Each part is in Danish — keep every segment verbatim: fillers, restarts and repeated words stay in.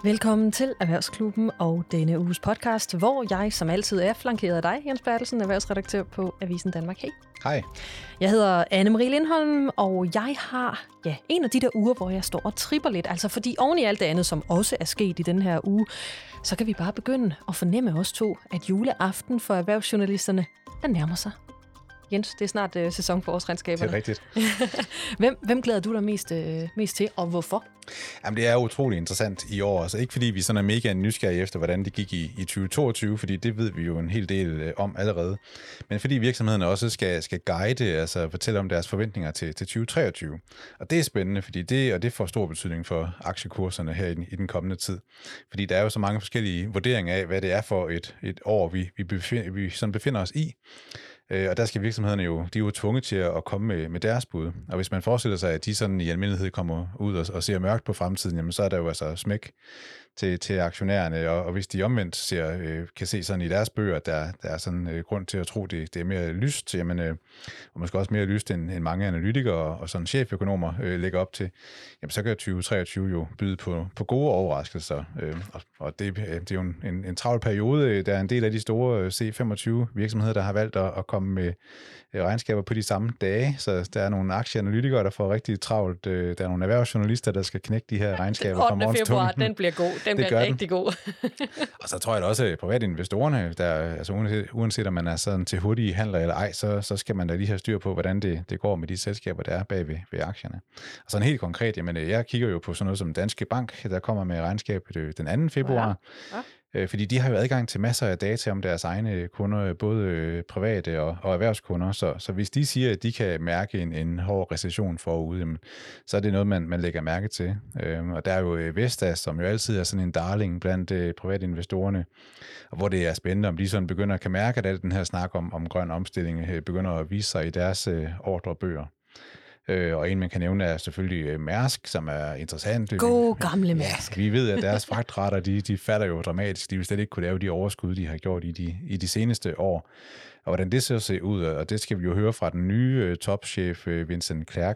Velkommen til Erhvervsklubben og denne uges podcast, hvor jeg som altid er flankeret af dig, Jens Bertelsen, erhvervsredaktør på Avisen Danmark. Hej. Hej. Jeg hedder Anne-Marie Lindholm, og jeg har ja, en af de der uger, hvor jeg står og tripper lidt. Altså fordi oven i alt det andet, som også er sket i den her uge, så kan vi bare begynde at fornemme os to, at juleaften for erhvervsjournalisterne er nærmer sig. Jens, det er snart uh, sæson for årsregnskaberne. Det er rigtigt. hvem, hvem glæder du dig mest, uh, mest til, og hvorfor? Jamen, det er utrolig interessant i år. Altså ikke fordi vi sådan er mega nysgerrige efter, hvordan det gik i, i tyve toogtyve, fordi det ved vi jo en hel del uh, om allerede. Men fordi virksomhederne også skal, skal guide, altså fortælle om deres forventninger til, til tyve treogtyve. Og det er spændende, fordi det, og det får stor betydning for aktiekurserne her i den, i den kommende tid. Fordi der er jo så mange forskellige vurderinger af, hvad det er for et, et år, vi, vi, befind, vi sådan befinder os i. Og der skal virksomhederne jo, de er jo tvunget til at komme med, med deres bud. Og hvis man forestiller sig, at de sådan i almindelighed kommer ud og, og ser mørkt på fremtiden, jamen så er der jo altså smæk til, til aktionærerne. Og, og hvis de omvendt ser, øh, kan se sådan i deres bøger, at der, der er sådan øh, grund til at tro, at det, det er mere lyst, jamen, øh, og måske også mere lyst, end, end mange analytikere og sådan cheføkonomer øh, lægger op til, jamen så kan tyve treogtyve jo byde på, på gode overraskelser. Øh, og og det, det er jo en, en, en travl periode. Der er en del af de store C femogtyve virksomheder, der har valgt at, at komme med regnskaber på de samme dage, så der er nogle aktieanalytikere, der får rigtig travlt. Der er nogle erhvervsjournalister, der skal knække de her regnskaber fra morgenstunden. februar, den bliver god. Den bliver rigtig den. god. Og så tror jeg da også, at privatinvestorerne, der, altså uanset, uanset om man er sådan til hurtige handler eller ej, så, så skal man da lige have styr på, hvordan det, det går med de selskaber, der er bag ved, ved aktierne. Og sådan helt konkret, jamen jeg kigger jo på sådan noget som Danske Bank, der kommer med regnskabet den anden februar. Ja. Ja. Fordi de har jo adgang til masser af data om deres egne kunder, både private og, og erhvervskunder, så, så hvis de siger, at de kan mærke en, en hård recession forude, så er det noget, man, man lægger mærke til. Og der er jo Vestas, som jo altid er sådan en darling blandt private investorerne, og hvor det er spændende, om de sådan begynder at kan mærke, at al den her snak om, om grøn omstilling begynder at vise sig i deres ordrebøger. Og en, man kan nævne, er selvfølgelig Mærsk, som er interessant. God gamle Mærsk. Ja, vi ved, at deres fragtrater, de, de falder jo dramatisk. De vil slet ikke kunne lave de overskud, de har gjort i de, i de seneste år. Og hvordan det så ser ud, og det skal vi jo høre fra den nye topchef, Vincent Clerc.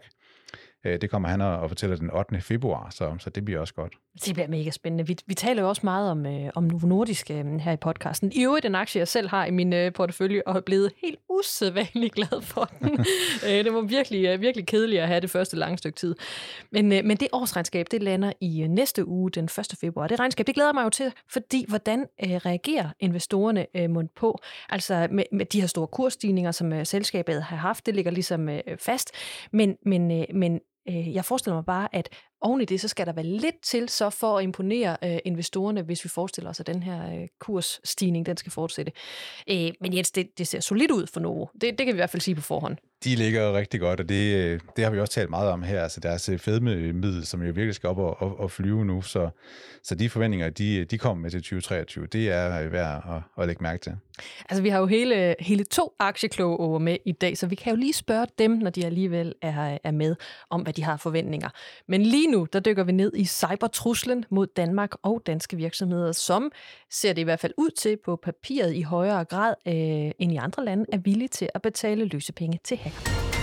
Det kommer han og fortæller den ottende februar, så, så det bliver også godt. Det bliver mega spændende. Vi, vi taler jo også meget om, øh, om Novo Nordisk øh, her i podcasten. I øvrigt en aktie, jeg selv har i min øh, portefølje, og er blevet helt usædvanligt glad for den. Det var virkelig, øh, virkelig kedeligt at have det første lange stykke tid. Men, øh, men det årsregnskab, det lander i øh, næste uge, den første februar. Det regnskab, det glæder mig jo til, fordi hvordan øh, reagerer investorerne øh, mund på? Altså med, med de her store kursstigninger, som øh, selskabet har haft, det ligger ligesom øh, fast. Men, men, øh, men jeg forestiller mig bare, at oven i det, så skal der være lidt til så for at imponere øh, investorerne, hvis vi forestiller os, at den her øh, kursstigning, den skal fortsætte. Øh, men Jens, det, det ser solidt ud for Novo. Det, det kan vi i hvert fald sige på forhånd. De ligger rigtig godt, og det, det har vi også talt meget om her. Altså deres fedmemiddel, som jo virkelig skal op og, og, og flyve nu, så, så de forventninger, de, de kommer med til tyve treogtyve, det er værd at, at lægge mærke til. Altså vi har jo hele, hele to aktiekloge over med i dag, så vi kan jo lige spørge dem, når de alligevel er, er med, om hvad de har forventninger. Men lige nu, der dykker vi ned i cybertruslen mod Danmark og danske virksomheder, som ser det i hvert fald ud til på papiret i højere grad øh, end i andre lande, er villige til at betale løsepenge til hacker.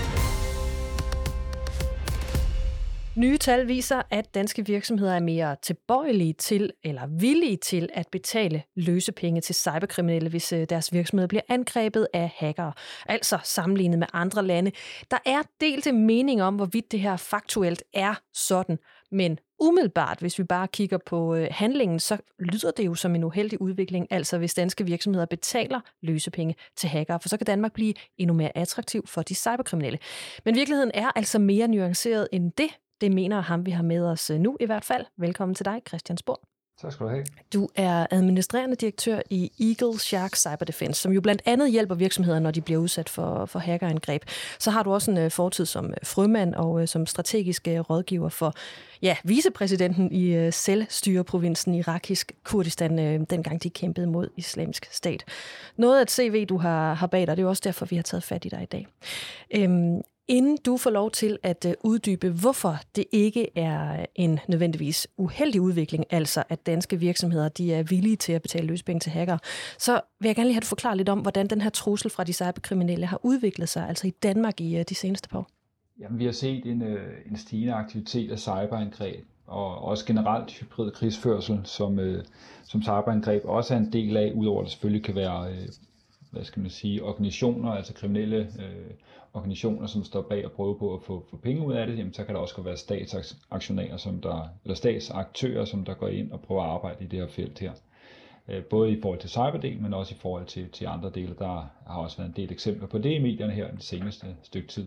Nye tal viser, at danske virksomheder er mere tilbøjelige til eller villige til at betale løsepenge til cyberkriminelle, hvis deres virksomhed bliver angrebet af hackere. Altså sammenlignet med andre lande. Der er delte meninger om, hvorvidt det her faktuelt er sådan, men umiddelbart, hvis vi bare kigger på handlingen, så lyder det jo som en uheldig udvikling, altså hvis danske virksomheder betaler løsepenge til hackere, for så kan Danmark blive endnu mere attraktiv for de cyberkriminelle. Men virkeligheden er altså mere nuanceret end det. Det mener ham, vi har med os nu i hvert fald. Velkommen til dig, Christian Spohr. Tak skal du have. Du er administrerende direktør i Eagle Shark Cyber Defense, som jo blandt andet hjælper virksomheder, når de bliver udsat for, for hackerangreb. Så har du også en fortid som frømand og som strategisk rådgiver for ja, vicepræsidenten i selvstyreprovinsen irakisk Kurdistan, dengang de kæmpede mod Islamisk Stat. Noget af et C V, du har, har bag dig, det er jo også derfor, vi har taget fat i dig i dag. Øhm, Inden du får lov til at uddybe, hvorfor det ikke er en nødvendigvis uheldig udvikling, altså at danske virksomheder de er villige til at betale løsepenge til hackere, så vil jeg gerne lige have, at du forklare lidt om, hvordan den her trussel fra de cyberkriminelle har udviklet sig, altså i Danmark i de seneste par år. Jamen, vi har set en, en stigende aktivitet af cyberangreb, og også generelt hybrid krigsførsel, som, øh, som cyberangreb også er en del af, udover at det selvfølgelig kan være øh, hvad skal man sige, organisationer, altså kriminelle øh, organisationer, som står bag og prøver på at få, få penge ud af det, jamen, så kan der også være statsaktionærer, som der, eller statsaktører, som der går ind og prøver at arbejde i det her felt her. Øh, både i forhold til cyberdel, men også i forhold til, til andre dele. Der har også været en del eksempler på det i medierne her det seneste stykke tid.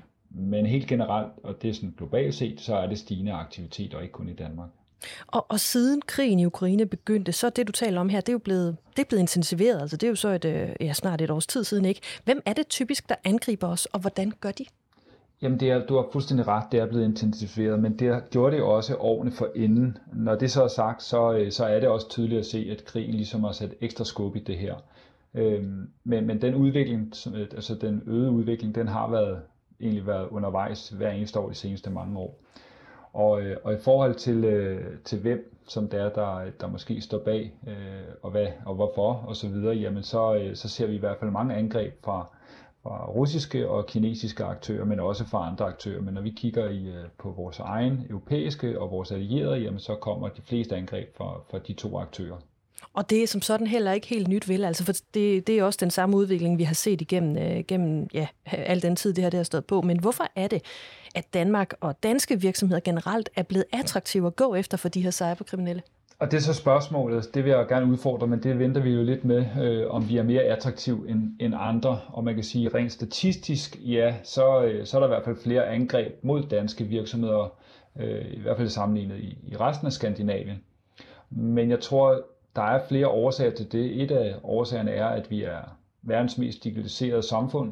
Men helt generelt, og det er sådan globalt set, så er det stigende aktivitet, og ikke kun i Danmark. Og, og siden krigen i Ukraine begyndte, så det, du taler om her, det er jo blevet, det er blevet intensiveret. Altså, det er jo så et, ja, snart et års tid siden, ikke? Hvem er det typisk, der angriber os, og hvordan gør de? Jamen, det er, du har fuldstændig ret, det er blevet intensiveret, men det gjorde det også årene forinden. Når det så er sagt, så, så er det også tydeligt at se, at krigen ligesom har sat ekstra skub i det her. Øhm, men, men den udvikling, altså den øgede udvikling, den har været, egentlig været undervejs hver eneste år de seneste mange år. Og, og i forhold til, øh, til hvem, som det er, der, der måske står bag, øh, og hvad og hvorfor og så videre, jamen så, øh, så ser vi i hvert fald mange angreb fra, fra russiske og kinesiske aktører, men også fra andre aktører. Men når vi kigger i, øh, på vores egen europæiske og vores allierede, jamen så kommer de fleste angreb fra, fra de to aktører. Og det er som sådan heller ikke helt nyt, vel? Altså, for det, det er også den samme udvikling, vi har set igennem øh, gennem, ja, al den tid, det her det har stået på. Men hvorfor er det, at Danmark og danske virksomheder generelt er blevet attraktive at gå efter for de her cyberkriminelle? Og det er så spørgsmålet, det vil jeg gerne udfordre, men det venter vi jo lidt med, øh, om vi er mere attraktive end, end andre. Og man kan sige, rent statistisk, ja, så, øh, så er der i hvert fald flere angreb mod danske virksomheder, øh, i hvert fald sammenlignet i, i resten af Skandinavien. Men jeg tror, der er flere årsager til det. Et af årsagerne er, at vi er verdens mest digitaliserede samfund.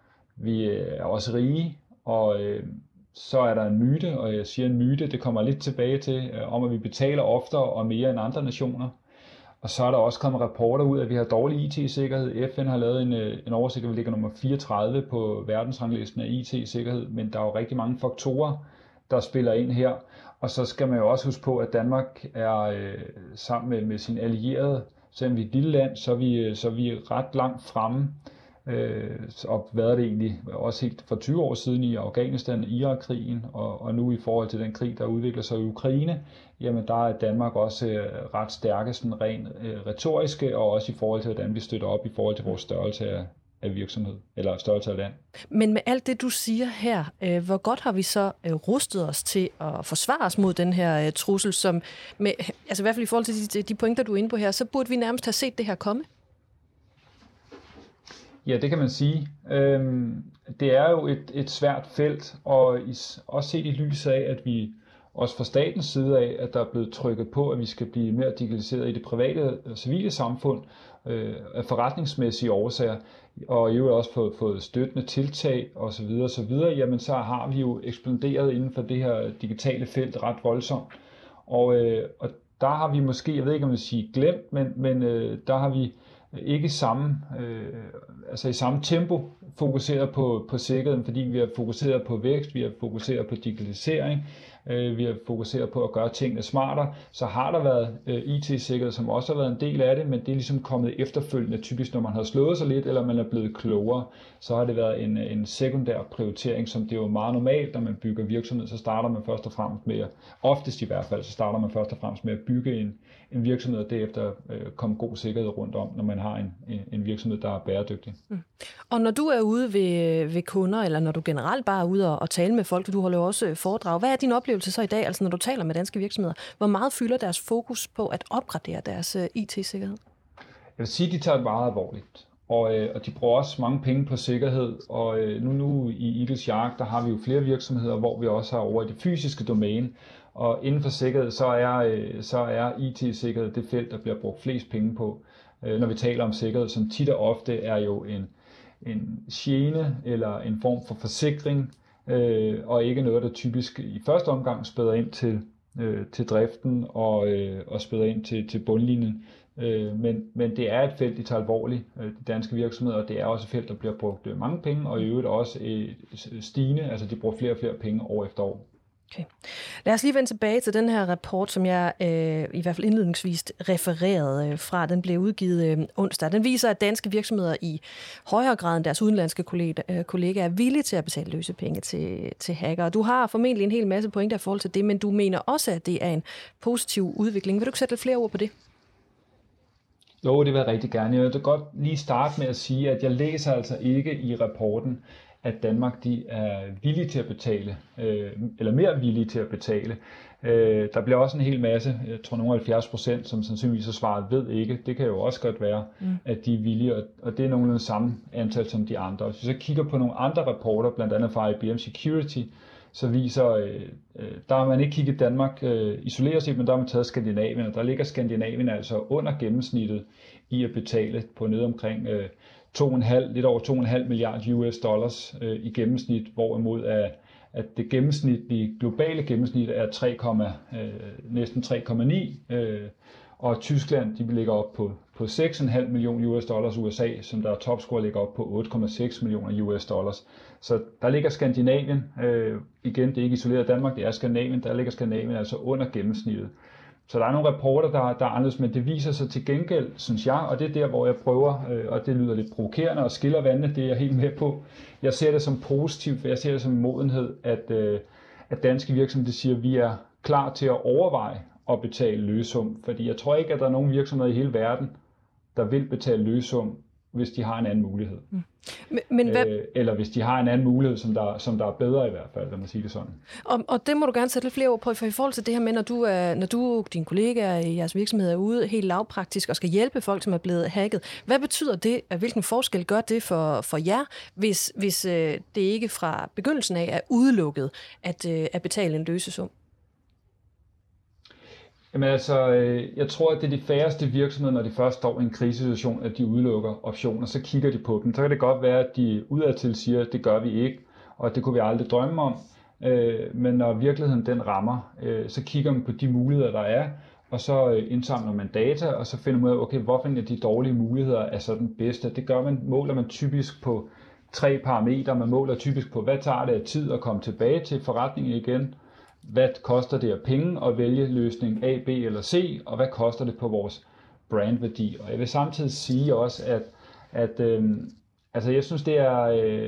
Vi er også rige, og øh, så er der en myte, og jeg siger en myte, det kommer lidt tilbage til, øh, om at vi betaler oftere og mere end andre nationer. Og så er der også kommet rapporter ud, at vi har dårlig I T-sikkerhed. F N har lavet en, en oversigt, vi ligger nummer fireogtredive på verdensranglisten af I T-sikkerhed, men der er jo rigtig mange faktorer, der spiller ind her. Og så skal man jo også huske på, at Danmark er øh, sammen med, med sine allierede, selvom vi er et lille land, så er vi, så er vi ret langt fremme. Øh, og hvad er det egentlig også helt for tyve år siden i Afghanistan, Irak-krigen, og, og nu i forhold til den krig, der udvikler sig i Ukraine, jamen der er Danmark også øh, ret stærke, sådan rent øh, retoriske, og også i forhold til, hvordan vi støtter op i forhold til vores størrelse af, af virksomhed, eller størrelse af land. Men med alt det, du siger her, øh, hvor godt har vi så øh, rustet os til at forsvare os mod den her øh, trussel, som, med, altså i hvert fald i forhold til de, de pointer, du er inde på her, så burde vi nærmest have set det her komme? Ja, det kan man sige. Øhm, det er jo et, et svært felt, og i, også set i lyset af, at vi også fra statens side af, at der er blevet trykket på, at vi skal blive mere digitaliseret i det private og civile samfund øh, af forretningsmæssige årsager, og i øvrigt også fået, fået støttende tiltag osv. osv., jamen så har vi jo eksploderet inden for det her digitale felt ret voldsomt. Og, øh, og der har vi måske, jeg ved ikke om jeg vil sige glemt, men, men øh, der har vi ikke samme, øh, altså i samme tempo fokuseret på, på sikkerheden, fordi vi har fokuseret på vækst, vi har fokuseret på digitalisering, øh, vi har fokuseret på at gøre tingene smartere. Så har der været øh, I T-sikkerhed, som også har været en del af det, men det er ligesom kommet efterfølgende, typisk når man har slået sig lidt, eller man er blevet klogere, så har det været en, en sekundær prioritering, som det er jo meget normalt, når man bygger virksomhed, så starter man først og fremmest med, oftest i hvert fald, så starter man først og fremmest med at bygge en, en virksomhed, og derefter øh, komme god sikkerhed rundt om, når man har en, en, en virksomhed, der er bæredygtig. Mm. Og når du er ude ved, ved kunder, eller når du generelt bare er ude og, og tale med folk, du holder jo også foredrag, hvad er din oplevelse så i dag, altså når du taler med danske virksomheder? Hvor meget fylder deres fokus på at opgradere deres uh, I T-sikkerhed? Jeg vil sige, at de tager det meget alvorligt, og, øh, og de bruger også mange penge på sikkerhed, og øh, nu, nu i Eagles Jagt, der har vi jo flere virksomheder, hvor vi også har over i det fysiske domæne, og inden for sikkerhed, så er, øh, så er I T-sikkerhed det felt, der bliver brugt flest penge på, øh, når vi taler om sikkerhed, som tit og ofte er jo en, en gene eller en form for forsikring, øh, og ikke noget, der typisk i første omgang spæder ind til, øh, til driften og, øh, og spæder ind til, til bundlinjen. Øh, men, men det er et felt, de tager alvorligt, øh, de danske virksomheder, og det er også et felt, der bliver brugt mange penge, og i øvrigt også øh, stigende, altså de bruger flere og flere penge år efter år. Okay. Lad os lige vende tilbage til den her rapport, som jeg øh, i hvert fald indledningsvis refererede øh, fra. Den blev udgivet øh, onsdag. Den viser, at danske virksomheder i højere grad end deres udenlandske kollegaer, øh, kollegaer er villige til at betale løsepenge til, til hackere. Du har formentlig en hel masse pointer i forhold til det, men du mener også, at det er en positiv udvikling. Vil du ikke sætte lidt flere ord på det? Jo, det vil jeg rigtig gerne. Jeg vil godt lige starte med at sige, at jeg læser altså ikke i rapporten, at Danmark de er villige til at betale, øh, eller mere villige til at betale. Øh, der bliver også en hel masse, jeg tror nogle halvfjerds procent, som sandsynligvis har svaret ved ikke. Det kan jo også godt være, mm. at de er villige, og, og det er nogenlunde samme antal som de andre. Hvis vi så kigger på nogle andre rapporter, blandt andet fra I B M Security, så viser, øh, der har man ikke kigget Danmark øh, isoleret set, men der har man taget Skandinavien, og der ligger Skandinavien altså under gennemsnittet i at betale på nede omkring øh, to komma fem, lidt over to komma fem milliard U S dollars øh, i gennemsnit, hvorimod at, at det gennemsnitlige globale gennemsnit er tre, øh, næsten tre komma ni, øh, og Tyskland de ligger op på, på seks komma fem millioner U S dollars, U S A, som der er topscore, ligger op på otte komma seks millioner U S dollars. Så der ligger Skandinavien, øh, igen det er ikke isoleret Danmark, det er Skandinavien, der ligger Skandinavien altså under gennemsnittet. Så der er nogle rapporter, der, der er anderledes, men det viser sig til gengæld, synes jeg, og det er der, hvor jeg prøver, øh, og det lyder lidt provokerende og skiller vandene, det er jeg helt med på. Jeg ser det som positivt, for jeg ser det som en modenhed, at, øh, at danske virksomheder siger, at vi er klar til at overveje at betale løsum, fordi jeg tror ikke, at der er nogen virksomheder i hele verden, der vil betale løsum, hvis de har en anden mulighed. Mm. Men, men hvad... øh, eller hvis de har en anden mulighed, som der, som der er bedre i hvert fald, lad mig sige det sådan. Og, og det må du gerne sætte lidt flere ord på, for i forhold til det her med, når du, er, når du og dine kollegaer i jeres virksomhed er ude helt lavpraktisk og skal hjælpe folk, som er blevet hacket. Hvad betyder det? Hvilken forskel gør det for, for jer, hvis, hvis øh, det ikke fra begyndelsen af er udelukket at, øh, at betale en løsesum? Jamen altså, jeg tror, at det er de færreste virksomheder, når de først står i en krisesituation, at de udelukker optioner, så kigger de på dem. Så kan det godt være, at de udadtil siger, at det gør vi ikke, og det kunne vi aldrig drømme om. Men når virkeligheden den rammer, så kigger man på de muligheder, der er, og så indsamler man data, og så finder man ud af, okay, hvorfor af de dårlige muligheder er så den bedste. Det gør man, måler man typisk på tre parametre. Man måler typisk på, hvad tager det af tid at komme tilbage til forretningen igen, hvad koster det af penge at vælge løsning A, B eller C, og hvad koster det på vores brandværdi. Og jeg vil samtidig sige også, at, at øh, altså jeg synes, det er, øh,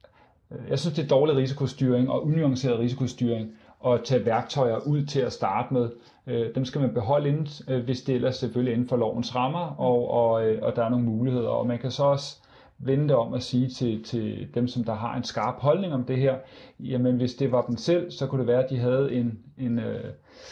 jeg synes, det er dårlig risikostyring og unuanceret risikostyring at tage værktøjer ud til at starte med. Øh, dem skal man beholde inden, øh, hvis det ellers selvfølgelig inden for lovens rammer, og, og, øh, og der er nogle muligheder. Og man kan så også vende det om at sige til, til dem, som der har en skarp holdning om det her, jamen hvis det var dem selv, så kunne det være, at de havde en, en øh,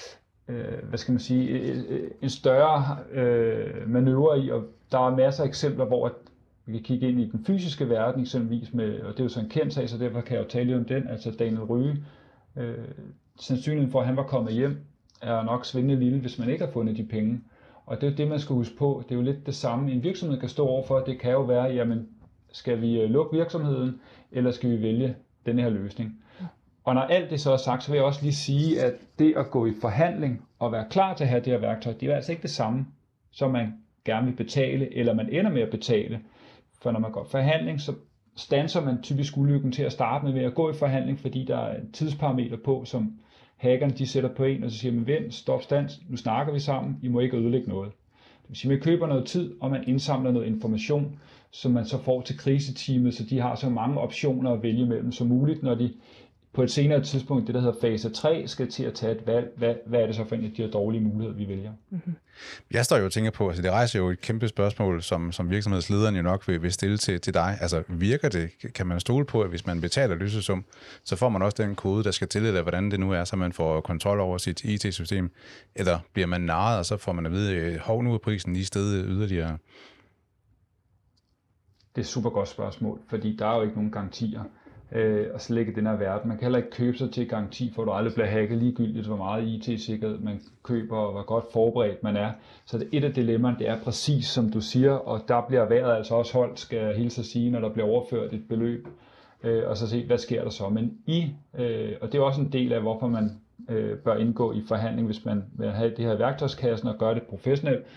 øh, hvad skal man sige, en større øh, manøvre i, og der er masser af eksempler, hvor vi kan kigge ind i den fysiske verden, eksempelvis med, og det er jo så en kendt sag, så derfor kan jeg jo tale lidt om den, altså Daniel Rye, øh, sandsynligheden for, at han var kommet hjem, er nok svindende lille, hvis man ikke har fundet de penge. Og det er det, man skal huske på. Det er jo lidt det samme, en virksomhed kan stå overfor. Det kan jo være, jamen, skal vi lukke virksomheden, eller skal vi vælge den her løsning? Og når alt det så er sagt, så vil jeg også lige sige, at det at gå i forhandling og være klar til at have det her værktøj, det er altså ikke det samme, som man gerne vil betale, eller man ender med at betale. For når man går i forhandling, så standser man typisk ulykken til at starte med ved at gå i forhandling, fordi der er en tidsparameter på, som hackerne de sætter på en, og så siger man, vent, stop, stands, nu snakker vi sammen, I må ikke ødelægge noget. Det vil sige, man køber noget tid, og man indsamler noget information, som man så får til kriseteamet, så de har så mange optioner at vælge mellem som muligt, når de på et senere tidspunkt, det der hedder fase tre, skal til at tage et valg. Hvad, hvad er det så for en af de her dårlige muligheder, vi vælger? Mm-hmm. Jeg står jo og tænker på, altså det rejser jo et kæmpe spørgsmål, som, som virksomhedslederen jo nok vil, vil stille til, til dig. Altså virker det? Kan man stole på, at hvis man betaler løsesum, så får man også den kode, der skal til, eller hvordan det nu er, så man får kontrol over sit I T-system? Eller bliver man narret, og så får man at vide, hov, nu er prisen lige steget yderligere? Det er et super godt spørgsmål, fordi der er jo ikke nogen garantier. Øh, og så ligger den her verden. Man kan heller ikke købe sig til garanti for, at du aldrig bliver hacket, ligegyldigt hvor meget I T-sikkerhed man køber, og hvor godt forberedt man er. Så det, et af dilemmaerne, det er præcis som du siger, og der bliver vejret altså også holdt, skal jeg hilse at sige, når der bliver overført et beløb, øh, og så se, hvad sker der så. Men I, øh, og det er også en del af, hvorfor man øh, bør indgå i forhandling, hvis man vil have det her værktøjskassen og gøre det professionelt,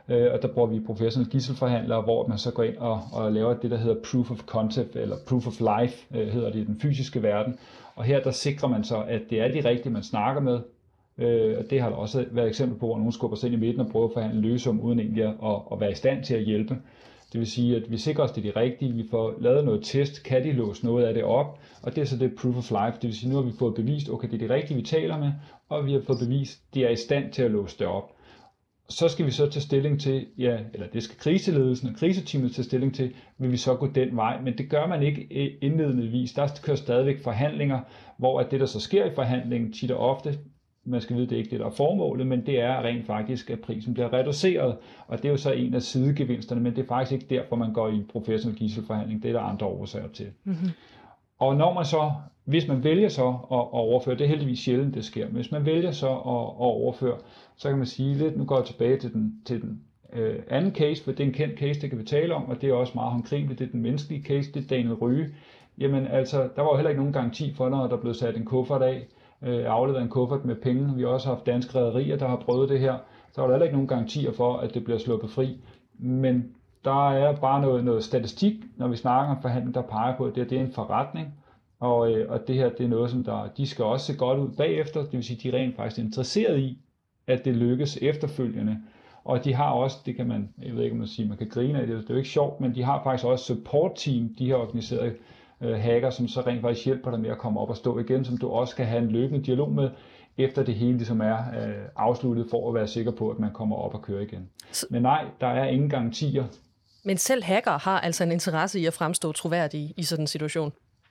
øh, og der bruger vi professionelle gidselforhandlere, hvor man så går ind og, og laver det, der hedder proof of concept, eller proof of life, øh, hedder det i den fysiske verden. Og her der sikrer man så, at det er de rigtige, man snakker med, øh, og det har der også været eksempel på, hvor nogen skubber sig ind i midten og prøver at forhandle løsum, uden egentlig at, at være i stand til at hjælpe. Det vil sige, at vi sikrer os, det er de rigtige, vi får lavet noget test, kan de låse noget af det op, og det er så det proof of life, det vil sige, nu har vi fået bevist, okay, det er de rigtige, vi taler med, og vi har fået bevist, at de er i stand til at låse det op. Så skal vi så tage stilling til, ja, eller det skal kriseledelsen og kriseteamet tage stilling til, vil vi så gå den vej, men det gør man ikke indledningsvis. Der kører stadigvæk forhandlinger, hvor at det, der så sker i forhandlingen, tit og ofte, man skal vide, det er ikke det, der er formålet, men det er rent faktisk, at prisen bliver reduceret, og det er jo så en af sidegevinsterne, men det er faktisk ikke derfor, man går i en professionel gidselforhandling, det er der andre årsager til. Mm-hmm. Og når man så, hvis man vælger så at overføre, det er heldigvis sjældent, det sker, men hvis man vælger så at overføre, så kan man sige lidt, nu går jeg tilbage til den, til den øh, anden case, for det er en kendt case, det kan vi tale om, og det er også meget håndgribeligt, det er den menneskelige case, det er Daniel Rye. Jamen altså, der var jo heller ikke nogen garanti for, når der blev sat en kuffert af, øh, afleveret en kuffert med penge. Vi har også haft danske rederier, der har prøvet det her. Så var der heller ikke nogen garantier for, at det bliver sluppet fri. Men der er bare noget, noget statistik, når vi snakker om forhandling, der peger på, at det, det er en forretning. Og, øh, og det her, det er noget, som der, de skal også se godt ud bagefter. Det vil sige, de er rent faktisk interesseret i, at det lykkes efterfølgende. Og de har også, det kan man, jeg ved ikke om man siger, man kan grine af det, det er jo ikke sjovt, men de har faktisk også support team, de her organiserede øh, hacker, som så rent faktisk hjælper dig med at komme op og stå igen, som du også kan have en løbende dialog med, efter det hele ligesom er øh, afsluttet, for at være sikker på, at man kommer op og kører igen. Men nej, der er ingen garantier. Men selv hacker har altså en interesse i at fremstå troværdige i sådan en situation?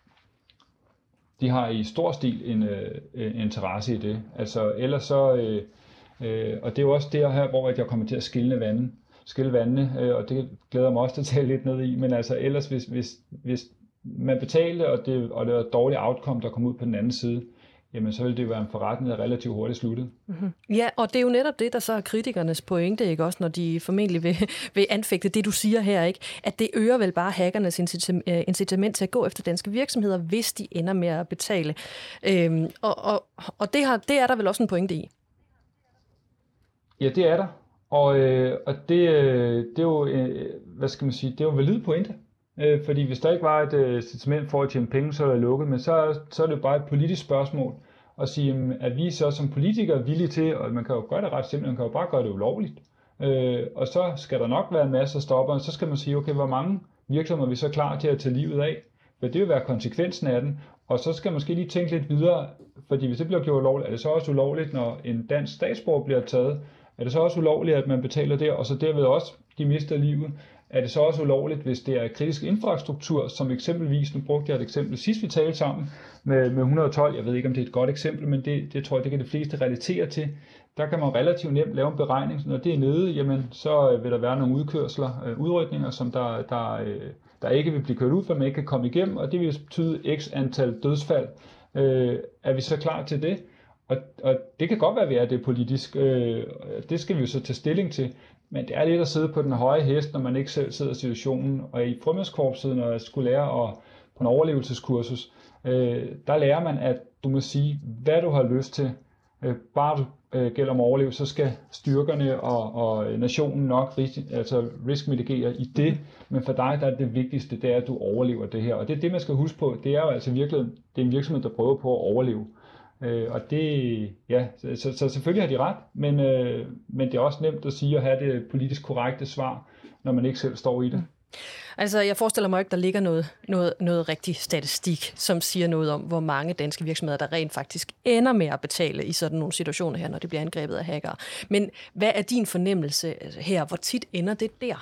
De har i stor stil en, øh, en interesse i det. Altså ellers så, øh, øh, og det er jo også der her, hvor jeg kommer til at skille vandene, skille vandene øh, og det glæder mig også til at tale lidt ned i, men altså ellers hvis, hvis, hvis man betalte, og det, og det var et dårligt outcome, der kom ud på den anden side, jamen så vil det være en forretning, der er relativt hurtigt sluttet. Mm-hmm. Ja, og det er jo netop det, der så er kritikernes pointe, ikke også, når de formentlig vil, vil anfægte det, du siger her, ikke? At det øger vel bare hackernes incitament til at gå efter danske virksomheder, hvis de ender med at betale. Øhm, og og, og det, har, det er der vel også en pointe i? Ja, det er der. Og, øh, og det, det er jo, øh, hvad skal man sige, det er jo en valid pointe. Øh, fordi hvis der ikke var et øh, incitament for at tjene penge, så er det lukket. Men så, så er det jo bare et politisk spørgsmål at sige, at vi så som politikere er villige til, og man kan jo gøre det ret simpelt, man kan jo bare gøre det ulovligt. Øh, og så skal der nok være en masse stopper, og så skal man sige, okay, hvor mange virksomheder er vi så klar til at tage livet af? For det vil være konsekvensen af den. Og så skal man måske lige tænke lidt videre, fordi hvis det bliver gjort ulovligt, er det så også ulovligt, når en dansk statsborger bliver taget? Er det så også ulovligt, at man betaler der, og så derved også, de mister livet? Er det så også ulovligt, hvis det er kritisk infrastruktur, som eksempelvis, nu brugte jeg et eksempel sidst vi talte sammen med, med et hundrede og tolv, jeg ved ikke om det er et godt eksempel, men det, det tror jeg, det kan de fleste relatere til. Der kan man relativt nemt lave en beregning, så når det er nede, jamen, så vil der være nogle udkørsler, øh, udrykninger, som der, der, øh, der ikke vil blive kørt ud, for man ikke kan komme igennem, og det vil betyde x antal dødsfald. Øh, er vi så klar til det? Og, og det kan godt være, at vi er det politisk, øh, det skal vi jo så tage stilling til. Men det er lidt at sidde på den høje hest, når man ikke selv sidder i situationen. Og i frømandskorpset, når jeg skulle lære at, på en overlevelseskursus, øh, der lærer man, at du må sige, hvad du har lyst til. Øh, bare du øh, gælder om at overleve, så skal styrkerne og, og nationen nok ris- altså risk mitigere i det. Men for dig, der er det vigtigste, det er, at du overlever det her. Og det er det, man skal huske på. Det er jo altså virkelig det er en virksomhed, der prøver på at overleve. Øh, og det, ja, så, så selvfølgelig har de ret, men, øh, men det er også nemt at sige at have det politisk korrekte svar, når man ikke selv står i det. Altså, jeg forestiller mig ikke, der ligger noget, noget, noget rigtig statistik, som siger noget om, hvor mange danske virksomheder, der rent faktisk ender med at betale i sådan nogle situationer her, når det bliver angrebet af hackere. Men hvad er din fornemmelse her? Hvor tit ender det der?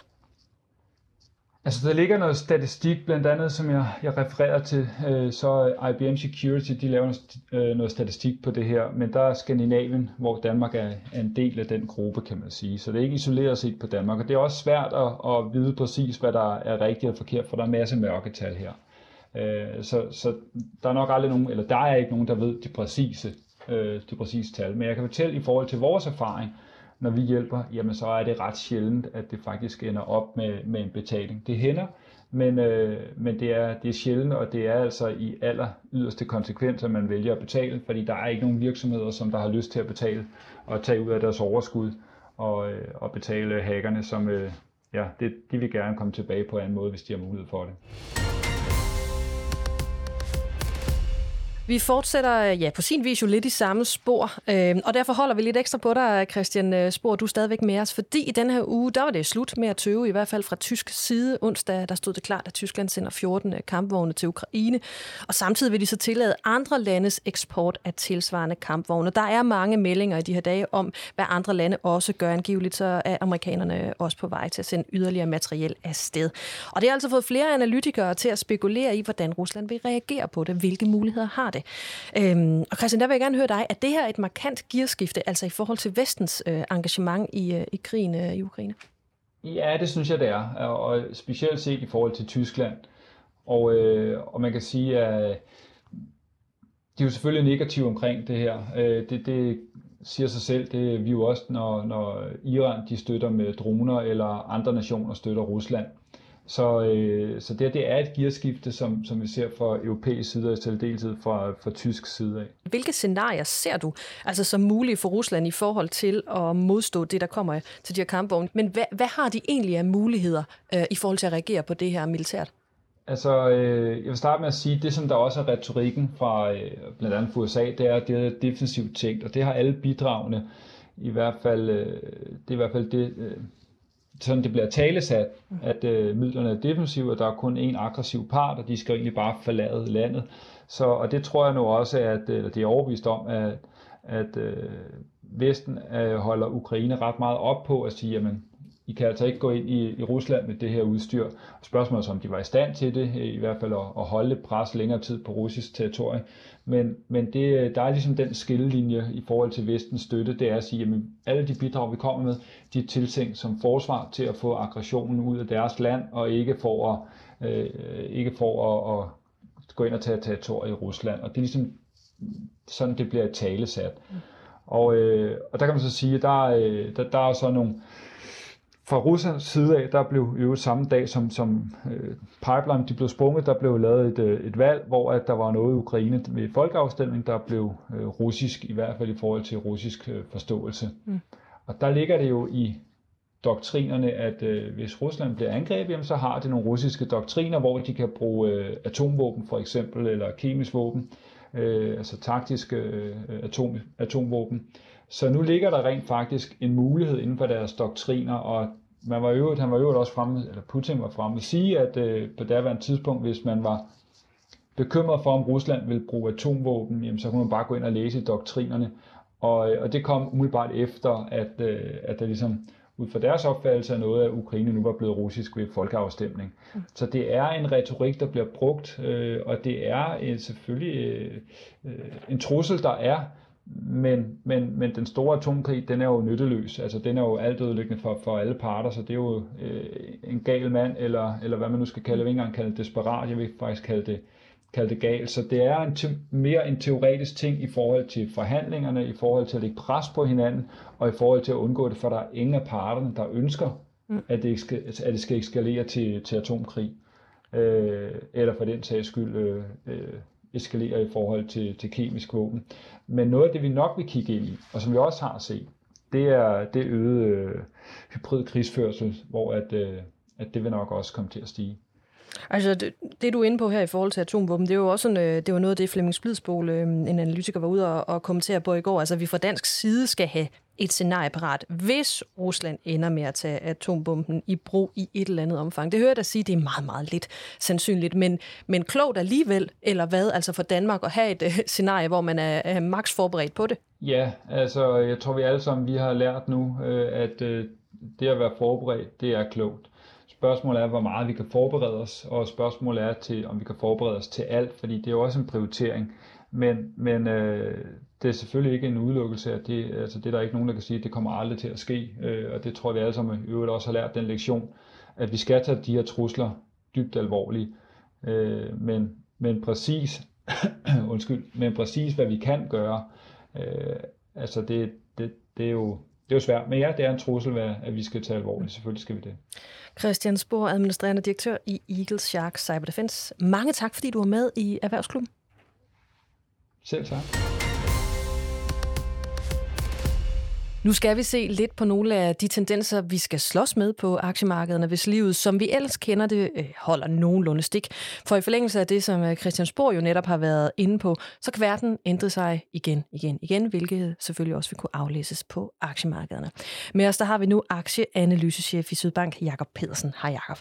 Altså, der ligger noget statistik, blandt andet, som jeg, jeg refererer til, øh, så I B M Security, de laver noget, øh, noget statistik på det her, men der er Skandinavien, hvor Danmark er, er en del af den gruppe, kan man sige. Så det er ikke isoleret set på Danmark, og det er også svært at, at vide præcis, hvad der er rigtigt og forkert, for der er en masse mørketal her. Øh, så, så der er nok aldrig nogen, eller der er ikke nogen, der ved de præcise, øh, de præcise tal, men jeg kan fortælle i forhold til vores erfaring, når vi hjælper, jamen så er det ret sjældent, at det faktisk ender op med, med en betaling. Det hænder, men, øh, men det, er, det er sjældent, og det er altså i aller yderste konsekvens, at man vælger at betale, fordi der er ikke nogen virksomheder, som der har lyst til at betale og tage ud af deres overskud. og, og betale hackerne, som ja, det, de vil gerne komme tilbage på en anden måde, hvis de har mulighed for det. Vi fortsætter ja, på sin vis jo lidt i samme spor, øh, og derfor holder vi lidt ekstra på dig, Christian Spohr. Du er stadigvæk med os, fordi i den her uge, der var det slut med at tøve, i hvert fald fra tysk side. Onsdag, der stod det klart, at Tyskland sender fjorten kampvogne til Ukraine, og samtidig vil de så tillade andre landes eksport af tilsvarende kampvogne. Der er mange meldinger i de her dage om, hvad andre lande også gør. Angiveligt så er amerikanerne også på vej til at sende yderligere materiel afsted. Og det har altså fået flere analytikere til at spekulere i, hvordan Rusland vil reagere på det, hvilke muligheder har det. Øhm, og Christian, der vil jeg gerne høre dig, er det her et markant gearskifte, altså i forhold til Vestens øh, engagement i, øh, i krigen øh, i Ukraine? Ja, det synes jeg, det er, og specielt set i forhold til Tyskland. Og, øh, og man kan sige, at de er jo selvfølgelig negative omkring det her. Øh, det, det siger sig selv, det er vi jo også, når, når Iran de støtter med droner, eller andre nationer støtter Rusland. Så, øh, så det, det er et gearskifte, som, som vi ser fra europæisk side, og i særdeleshed fra, fra tysk side af. Hvilke scenarier ser du altså som mulige for Rusland i forhold til at modstå det, der kommer til de her kampvogne? Men hvad, hvad har de egentlig af muligheder øh, i forhold til at reagere på det her militært? Altså, øh, jeg vil starte med at sige, at det, som der også er retorikken fra øh, blandt andet fra U S A, det er, det er defensivt tænkt, og det har alle bidragende i hvert fald, øh, det er i hvert fald det... Øh, sådan det bliver talesat, at øh, midlerne er defensive, og der er kun én aggressiv part, og de skal egentlig bare forlade landet. Så, og det tror jeg nu også, at eller det er overbevist om, at, at øh, Vesten øh, holder Ukraine ret meget op på at sige, jamen, I kan altså ikke gå ind i, i Rusland med det her udstyr. Spørgsmålet er, om de var i stand til det, i hvert fald at, at holde pres længere tid på russisk territorie. Men, men det, der er ligesom den skillelinje i forhold til Vestens støtte, det er at sige, at alle de bidrag, vi kommer med, de er tiltænkt som forsvar til at få aggressionen ud af deres land, og ikke for at, øh, ikke for at, at gå ind og tage territorier i Rusland. Og det er ligesom sådan, det bliver talesat. Og, øh, og der kan man så sige, at der, der, der er så nogle... Fra Ruslands side af, der blev jo samme dag, som, som øh, pipeline de blev sprunget, der blev lavet et, et valg, hvor at der var noget i Ukraine ved folkeafstemning, der blev øh, russisk, i hvert fald i forhold til russisk øh, forståelse. Mm. Og der ligger det jo i doktrinerne, at øh, hvis Rusland bliver angrebet, jamen, så har det nogle russiske doktriner, hvor de kan bruge øh, atomvåben for eksempel, eller kemisk våben, øh, altså taktiske øh, atom, atomvåben. Så nu ligger der rent faktisk en mulighed inden for deres doktriner, og man var øvrigt, han var øvrigt også fremme, eller Putin var fremme at sige, at øh, på daværende tidspunkt, hvis man var bekymret for, om Rusland ville bruge atomvåben, jamen, så kunne man bare gå ind og læse i doktrinerne, og, og det kom umiddelbart efter, at, øh, at der ligesom ud fra deres opfattelse af noget af Ukraine nu var blevet russisk ved folkeafstemning. Mm. Så det er en retorik, der bliver brugt, øh, og det er en, selvfølgelig øh, en trussel, der er, Men, men, men den store atomkrig, den er jo nytteløs. Altså, den er jo altødelæggende for, for alle parter, så det er jo øh, en gal mand, eller, eller hvad man nu skal kalde det. Jeg vil ikke engang kalde det desperat, jeg vil faktisk kalde det, kalde det gal. Så det er en te- mere en teoretisk ting i forhold til forhandlingerne, i forhold til at lægge pres på hinanden, og i forhold til at undgå det, for der er ingen af parterne, der ønsker, mm. at, det skal, at det skal eskalere til, til atomkrig. Øh, eller for den sags skyld... Øh, øh, eskalere i forhold til, til kemisk våben. Men noget af det, vi nok vil kigge ind i, og som vi også har set, det er det øgede øh, hybrid krigsførsel, hvor at, øh, at det vil nok også komme til at stige. Altså, det, det du er inde på her i forhold til atomvåben, det er jo også en, det var noget af det, Flemming Splidsbol, en analytiker, var ude og, og kommentere på i går. Altså, vi fra dansk side skal have et scenarie parat, hvis Rusland ender med at tage atombomben i brug i et eller andet omfang. Det hører jeg da sige, det er meget, meget lidt sandsynligt, men, men klogt alligevel, eller hvad, altså for Danmark at have et uh, scenarie, hvor man er, er maks forberedt på det? Ja, altså jeg tror vi alle sammen, vi har lært nu, øh, at øh, det at være forberedt, det er klogt. Spørgsmålet er, hvor meget vi kan forberede os, og spørgsmålet er, til, om vi kan forberede os til alt, fordi det er jo også en prioritering. Men, men øh, det er selvfølgelig ikke en udelukkelse, at det, altså det er der ikke nogen, der kan sige, at det kommer aldrig til at ske. Øh, og det tror jeg, vi alle sammen i øvrigt også har lært den lektion, at vi skal tage de her trusler dybt alvorlige. Øh, men, men præcis, undskyld, men præcis hvad vi kan gøre, øh, altså det, det, det, er jo, det er jo svært. Men ja, det er en trussel, at vi skal tage alvorligt. Selvfølgelig skal vi det. Christian Spohr, administrerende direktør i Eagle Shark Cyber Defense. Mange tak, fordi du var med i Erhvervsklubben. Selv tak. Nu skal vi se lidt på nogle af de tendenser, vi skal slås med på aktiemarkederne, hvis livet, som vi ellers kender det, holder nogenlunde stik. For i forlængelse af det, som Christian Spohr jo netop har været inde på, så kan verden ændre sig igen, igen, igen, hvilket selvfølgelig også vil kunne aflæses på aktiemarkederne. Med os der har vi nu aktieanalysechef i Sydbank, Jakob Pedersen. Hej Jakob.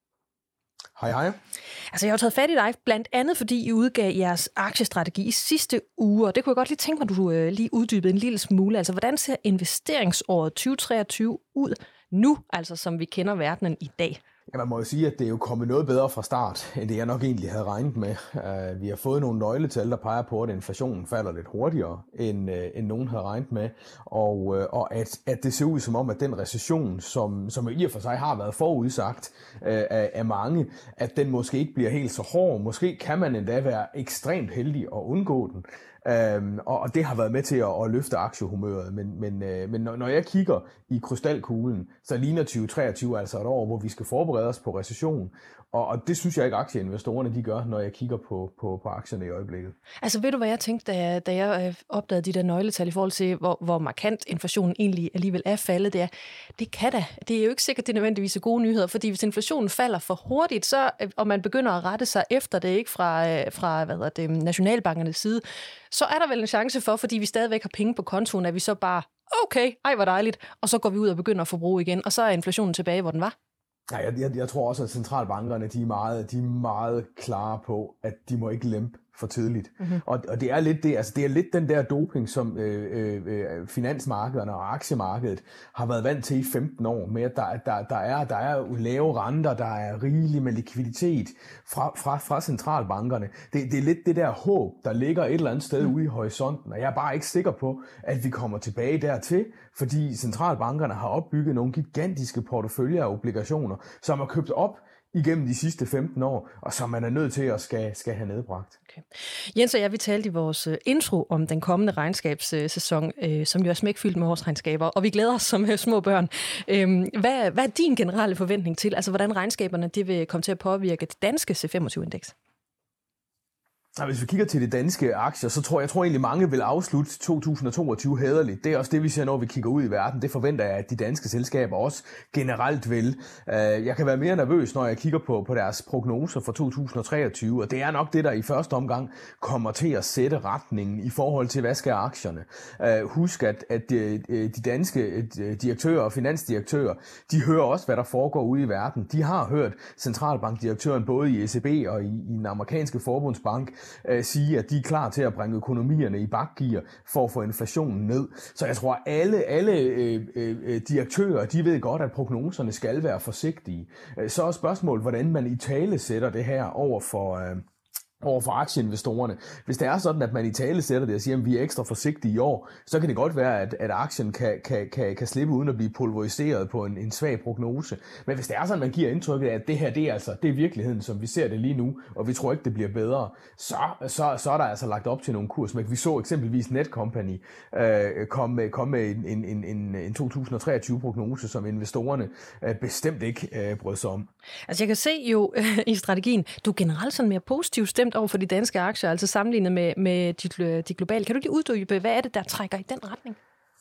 Hej, hej. Altså, jeg har taget fat i dig, blandt andet fordi I udgav jeres aktiestrategi i sidste uge, og det kunne jeg godt lige tænke mig, at du øh, lige uddybede en lille smule. Altså, hvordan ser investeringsåret tyve treogtyve ud nu, altså som vi kender verdenen i dag? Ja, man må jo sige, at det er jo kommet noget bedre fra start, end det jeg nok egentlig havde regnet med. Uh, vi har fået nogle nøgletal, der peger på, at inflationen falder lidt hurtigere, end, uh, end nogen havde regnet med. Og, uh, og at, at det ser ud som om, at den recession, som, som i og for sig har været forudsagt uh, af, af mange, at den måske ikke bliver helt så hård. Måske kan man endda være ekstremt heldig at undgå den. Øhm, og, og det har været med til at, at løfte aktiehumøret, men, men, øh, men når, når jeg kigger i krystalkuglen, så ligner tyve treogtyve altså et år, hvor vi skal forberede os på recession, og, og det synes jeg ikke aktieinvestorerne de gør, når jeg kigger på, på, på aktierne i øjeblikket. Altså ved du hvad jeg tænkte, da jeg, da jeg opdagede de der nøgletal i forhold til, hvor, hvor markant inflationen egentlig alligevel er faldet, det er, det kan da, det er jo ikke sikkert, det er nødvendigvis gode nyheder, fordi hvis inflationen falder for hurtigt, så, og man begynder at rette sig efter det, ikke fra, fra hvad hedder det, nationalbankernes side, så er der vel en chance for, fordi vi stadigvæk har penge på kontoen, at vi så bare, okay, ej hvor dejligt, og så går vi ud og begynder at forbruge igen, og så er inflationen tilbage, hvor den var. Ja, jeg, jeg, jeg tror også, at centralbankerne de er, meget, de er meget klare på, at de må ikke lempe for tidligt. Mm-hmm. Og, og det er lidt det, altså det er lidt den der doping, som øh, øh, finansmarkederne og aktiemarkedet har været vant til i femten år, med at der, der, der, er, der er lave renter, der er rigeligt med likviditet fra, fra, fra centralbankerne. Det, det er lidt det der håb, der ligger et eller andet sted mm. ude i horisonten, og jeg er bare ikke sikker på, at vi kommer tilbage dertil, fordi centralbankerne har opbygget nogle gigantiske porteføljer af obligationer, som er købt op igennem de sidste femten år, og som man er nødt til at skal, skal have nedbragt. Okay. Jens og jeg, vi talte i vores intro om den kommende regnskabssæson, øh, som jo er smækfyldt med årsregnskaber, og vi glæder os som øh, små børn. Øh, hvad, hvad er din generelle forventning til, altså hvordan regnskaberne det vil komme til at påvirke det danske C femogtyve-indeks? Hvis vi kigger til de danske aktier, så tror jeg, jeg tror egentlig mange vil afslutte to tusind toogtyve hæderligt. Det er også det, vi ser, når vi kigger ud i verden. Det forventer jeg, at de danske selskaber også generelt vil. Jeg kan være mere nervøs, når jeg kigger på, på deres prognoser for to tusind treogtyve, og det er nok det, der i første omgang kommer til at sætte retningen i forhold til, hvad skal aktierne. Husk, at, at de danske direktører og finansdirektører, de hører også, hvad der foregår ude i verden. De har hørt centralbankdirektøren både i E C B og i, i den amerikanske forbundsbank sige, at de er klar til at bringe økonomierne i bakgear for at få inflationen ned. Så jeg tror, at alle, alle øh, øh, direktører, de ved godt, at prognoserne skal være forsigtige. Så er spørgsmålet, hvordan man i tale sætter det her over for... Øh, over for aktieinvestorerne. Hvis det er sådan, at man i tale sætter det og siger, at vi er ekstra forsigtige i år, så kan det godt være, at, at aktien kan, kan, kan, kan slippe uden at blive pulveriseret på en, en svag prognose. Men hvis det er sådan, at man giver indtrykket af, at det her, det er, altså, det er virkeligheden, som vi ser det lige nu, og vi tror ikke, det bliver bedre, så, så, så er der altså lagt op til nogle kursmæk. Vi så eksempelvis Netcompany øh, komme med, kom med en, en, en, en to tusind treogtyve-prognose, som investorerne øh, bestemt ikke øh, brød sig om. Altså jeg kan se jo øh, i strategien, du er generelt sådan mere positiv stemt over for de danske aktier, altså sammenlignet med, med de, de globale. Kan du lige uddybe, hvad er det, der trækker i den retning?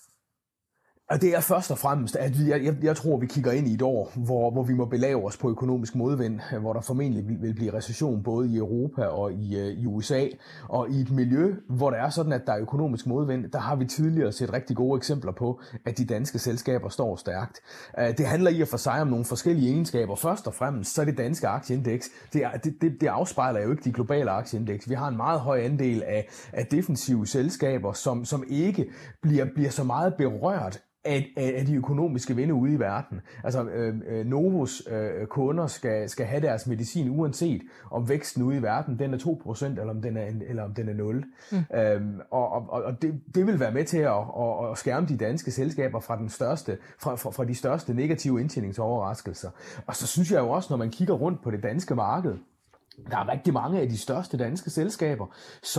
Og det er først og fremmest, at vi, jeg, jeg tror, vi kigger ind i et år, hvor, hvor vi må belave os på økonomisk modvind, hvor der formentlig vil, vil blive recession både i Europa og i, i U S A. Og i et miljø, hvor der er sådan, at der er økonomisk modvind, der har vi tidligere set rigtig gode eksempler på, at de danske selskaber står stærkt. Det handler i og for sig om nogle forskellige egenskaber. Først og fremmest, så er det danske aktieindeks. Det, er, det, det, det afspejler jo ikke de globale aktieindeks. Vi har en meget høj andel af, af defensive selskaber, som, som ikke bliver, bliver så meget berørt Af, af de økonomiske vinde ude i verden. Altså øh, Novos øh, kunder skal, skal have deres medicin uanset om væksten ude i verden den er to procent eller om den er, eller om den er nul. Mm. Øhm, og og, og det, det vil være med til at, at, at skærme de danske selskaber fra, den største, fra, fra, fra de største negative indtjeningsoverraskelser. Og så synes jeg jo også, når man kigger rundt på det danske marked, der er rigtig mange af de største danske selskaber, som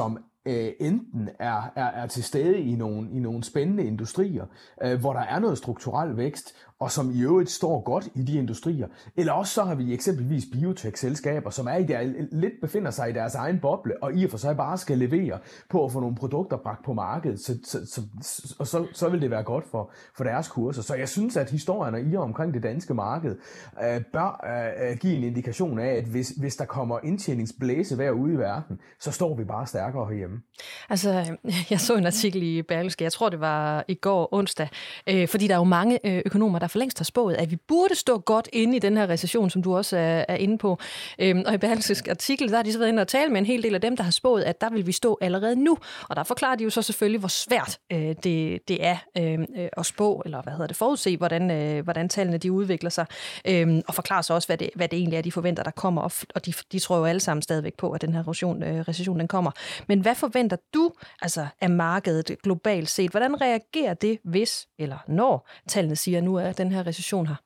øh, enten er, er, er til stede i nogle, i nogle spændende industrier, øh, hvor der er noget strukturel vækst, og som i øvrigt står godt i de industrier. Eller også så har vi eksempelvis biotech-selskaber, som er i der, lidt befinder sig i deres egen boble, og i og for sig bare skal levere på at få nogle produkter bragt på markedet, så, så, så, og så, så vil det være godt for, for deres kurser. Så jeg synes, at historierne i og omkring det danske marked øh, bør øh, give en indikation af, at hvis, hvis der kommer indtjeningsblæse hver ude i verden, så står vi bare stærkere herhjemme. Altså, jeg så en artikel i Berlingske, jeg tror det var i går onsdag, øh, fordi der er jo mange øh, økonomer, der for længst har spået, at vi burde stå godt inde i den her recession, som du også er, er inde på. Øhm, og i Berlingskes artikel, der har de så været inde og tale med en hel del af dem, der har spået, at der vil vi stå allerede nu. Og der forklarer de jo så selvfølgelig, hvor svært øh, det, det er øh, at spå, eller hvad hedder det, forudse, hvordan, øh, hvordan tallene de udvikler sig. Øh, og forklarer så også, hvad det, hvad det egentlig er, de forventer, der kommer. Og de, de tror jo alle sammen stadigvæk på, at den her recession, øh, recession den kommer. Men hvad forventer du altså, af markedet globalt set? Hvordan reagerer det, hvis eller når tallene siger nu, at den her recession her?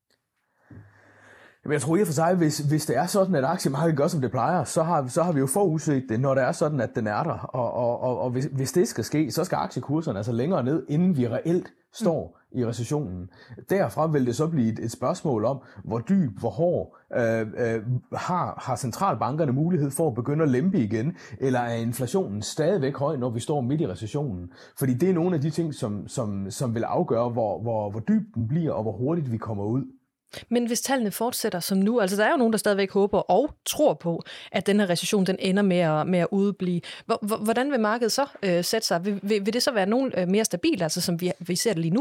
Jeg tror i og for sig, hvis, hvis det er sådan, at aktiemarkedet gør, som det plejer, så har, så har vi jo forudset det, når det er sådan, at den er der. Og, og, og, og hvis, hvis det skal ske, så skal aktiekurserne altså længere ned, inden vi reelt står mm. i recessionen. Derfra vil det så blive et, et spørgsmål om, hvor dyb, hvor hård øh, øh, har, har centralbankerne mulighed for at begynde at lempe igen, eller er inflationen stadigvæk høj, når vi står midt i recessionen? Fordi det er nogle af de ting, som, som, som vil afgøre, hvor, hvor, hvor dyb den bliver, og hvor hurtigt vi kommer ud. Men hvis tallene fortsætter som nu, altså der er jo nogen, der stadigvæk håber og tror på, at den her recession, den ender med at, med at udblive. Hvordan vil markedet så øh, sætte sig? Vil, vil, vil det så være nogen øh, mere stabilt, altså som vi, vi ser det lige nu?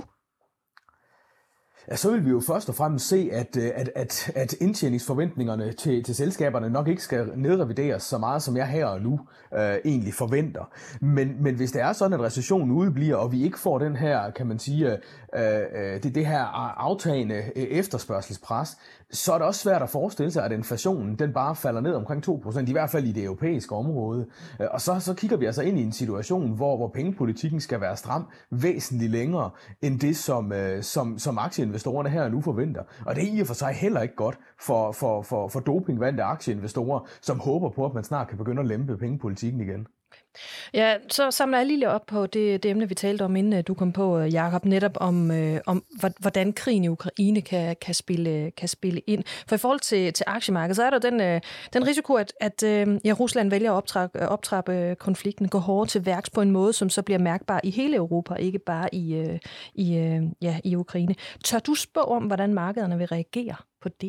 Ja, så vil vi jo først og fremmest se, at, at, at, at indtjeningsforventningerne til, til selskaberne nok ikke skal nedrevideres så meget, som jeg her og nu øh, egentlig forventer. Men, men hvis det er sådan, at recessionen udebliver, og vi ikke får den her, kan man sige, øh, det, det her aftagende efterspørgselspres, så er det også svært at forestille sig, at inflationen den bare falder ned omkring to procent, i hvert fald i det europæiske område. Og så, så kigger vi altså ind i en situation, hvor, hvor pengepolitikken skal være stram væsentligt længere, end det, som, som, som aktieinvestorerne her nu forventer. Og det er i og for sig heller ikke godt for, for, for, for dopingvandte aktieinvestorer, som håber på, at man snart kan begynde at lempe pengepolitikken igen. Ja, så samler jeg lige op på det, det emne, vi talte om, inden du kom på, Jakob, netop om, øh, om hvordan krigen i Ukraine kan, kan, spille, kan spille ind. For i forhold til, til aktiemarkedet, så er der den, øh, den risiko, at, at øh, ja, Rusland vælger at optrappe, optrappe konflikten, gå hårdt til værks på en måde, som så bliver mærkbar i hele Europa, ikke bare i, øh, i, øh, ja, i Ukraine. Tør du spå om, hvordan markederne vil reagere på det?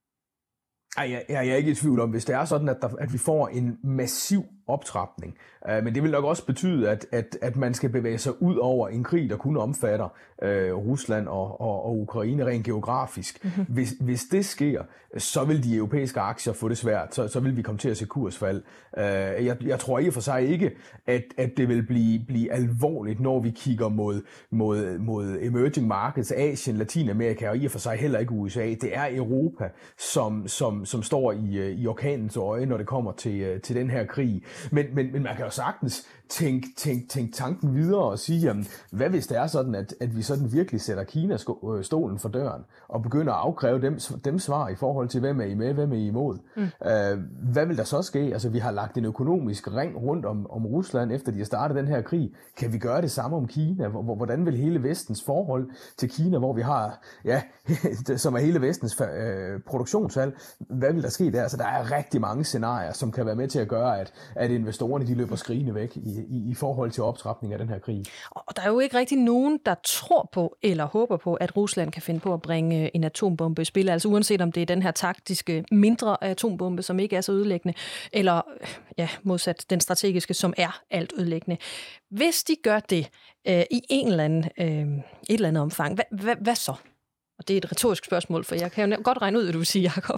Ej, jeg, jeg er ikke i tvivl om, hvis det er sådan, at, der, at vi får en massiv optrapning. Uh, men det vil nok også betyde, at, at, at man skal bevæge sig ud over en krig, der kun omfatter uh, Rusland og, og, og Ukraine rent geografisk. Mm-hmm. Hvis, hvis det sker, så vil de europæiske aktier få det svært. Så, så vil vi komme til at se kursfald. Uh, jeg, jeg tror i og for sig ikke, at, at det vil blive, blive alvorligt, når vi kigger mod, mod, mod emerging markets, Asien, Latinamerika og i og for sig heller ikke U S A. Det er Europa, som, som, som står i, i orkanens øje, når det kommer til, til den her krig. Men, men, men man kan jo sagtens tænke, tænke, tænke tanken videre og sige, jamen, hvad hvis det er sådan, at, at vi sådan virkelig sætter Kina stolen for døren og begynder at afkræve dem, dem svar i forhold til, hvem er I med, hvem er I imod? Mm. Uh, hvad vil der så ske? Altså, vi har lagt en økonomisk ring rundt om, om Rusland, efter de har startet den her krig. Kan vi gøre det samme om Kina? Hvordan vil hele Vestens forhold til Kina, hvor vi har, ja, som er hele Vestens øh, produktionshal, hvad vil der ske der? Så der er rigtig mange scenarier, som kan være med til at gøre, at, at investorerne de løber skrigende væk i, i, i forhold til optrapning af den her krig. Og der er jo ikke rigtig nogen, der tror på eller håber på, at Rusland kan finde på at bringe en atombombe i spil. Altså uanset om det er den her taktiske mindre atombombe, som ikke er så ødelæggende, eller ja, modsat den strategiske, som er alt ødelæggende. Hvis de gør det øh, i en eller anden, øh, et eller andet omfang, hvad, hvad, hvad så? Og det er et retorisk spørgsmål, for jeg kan jo godt regne ud, hvad du vil sige, Jakob.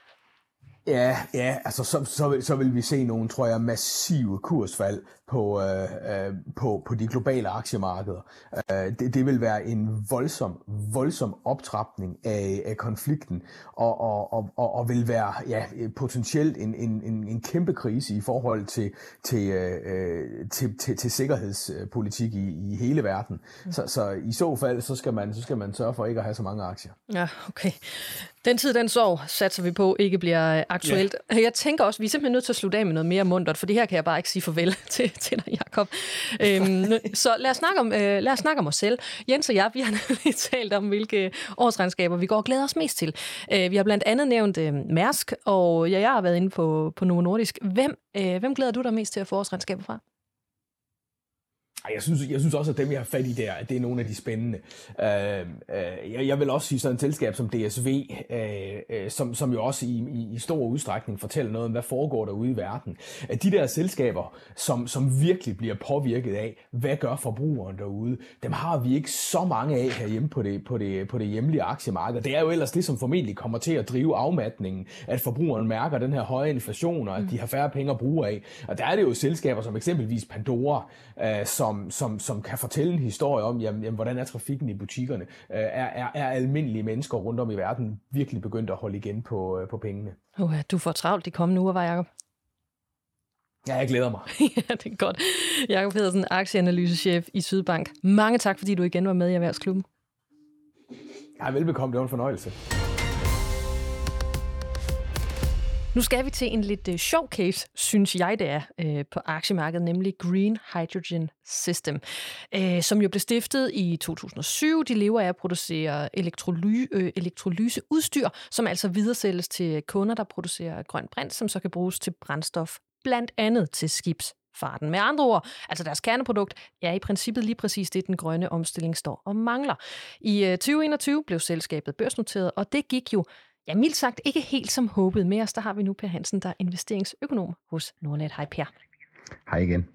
Ja, ja, altså så, så, vil, så vil vi se nogle, tror jeg, massive kursfald på, øh, på, på de globale aktiemarkeder. Øh, det, det vil være en voldsom, voldsom optrapning af, af konflikten, og, og, og, og vil være ja, potentielt en, en, en, en kæmpe krise i forhold til, til, øh, til, til, til sikkerhedspolitik i, i hele verden. Mm. Så, så i så fald, så skal, man, så skal man sørge for ikke at have så mange aktier. Ja, okay. Den tid, den sorg, satser vi på, ikke bliver aktuelt. Yeah. Jeg tænker også, at vi er simpelthen nødt til at slutte af med noget mere muntert, for det her kan jeg bare ikke sige farvel til, til dig, Jacob. Øhm, så lad os, snakke om, øh, lad os snakke om os selv. Jens og jeg, vi har nemlig talt om, hvilke årsregnskaber vi går og glæder os mest til. Øh, vi har blandt andet nævnt øh, Mærsk, og ja, jeg har været inde på, på Novo Nordisk. Hvem, øh, hvem glæder du dig mest til at få årsregnskaber fra? Jeg synes, jeg synes også, at dem, jeg har fat i der, det er nogle af de spændende. Uh, uh, jeg vil også sige sådan et selskab som D S V, uh, uh, som, som jo også i, i, i stor udstrækning fortæller noget om, hvad foregår derude i verden. Uh, de der selskaber, som, som virkelig bliver påvirket af, hvad gør forbrugeren derude, dem har vi ikke så mange af herhjemme på det, på det, på det hjemlige aktiemarked. Det er jo ellers det, som formentlig kommer til at drive afmatningen, at forbrugeren mærker den her høje inflation, og at de har færre penge at bruge af. Og der er det jo selskaber som eksempelvis Pandora, uh, som Som, som, som kan fortælle en historie om, jamen, jamen, hvordan er trafikken i butikkerne. Er, er, er almindelige mennesker rundt om i verden virkelig begyndt at holde igen på, på pengene? Uh, du får travlt de kommende uger, var Jacob? Ja, jeg glæder mig. Ja, det er godt. Jacob Pedersen, aktieanalysechef i Sydbank. Mange tak, fordi du igen var med i Erhvervsklubben. Ja, velbekomme. Det var en fornøjelse. Nu skal vi til en lidt uh, sjov case, synes jeg det er, uh, på aktiemarkedet, nemlig Green Hydrogen System, uh, som jo blev stiftet i to tusind og syv. De lever af at producere elektroly- øh, elektrolyseudstyr, som altså videresælges til kunder, der producerer grøn brint, som så kan bruges til brændstof, blandt andet til skibsfarten. Med andre ord, altså deres kerneprodukt er i princippet lige præcis det, den grønne omstilling står og mangler. I uh, tyve enogtyve blev selskabet børsnoteret, og det gik jo Ja, mildt sagt ikke helt som håbet. Med os, der har vi nu Per Hansen, der er investeringsøkonom hos Nordnet. Hej Per. Hej igen.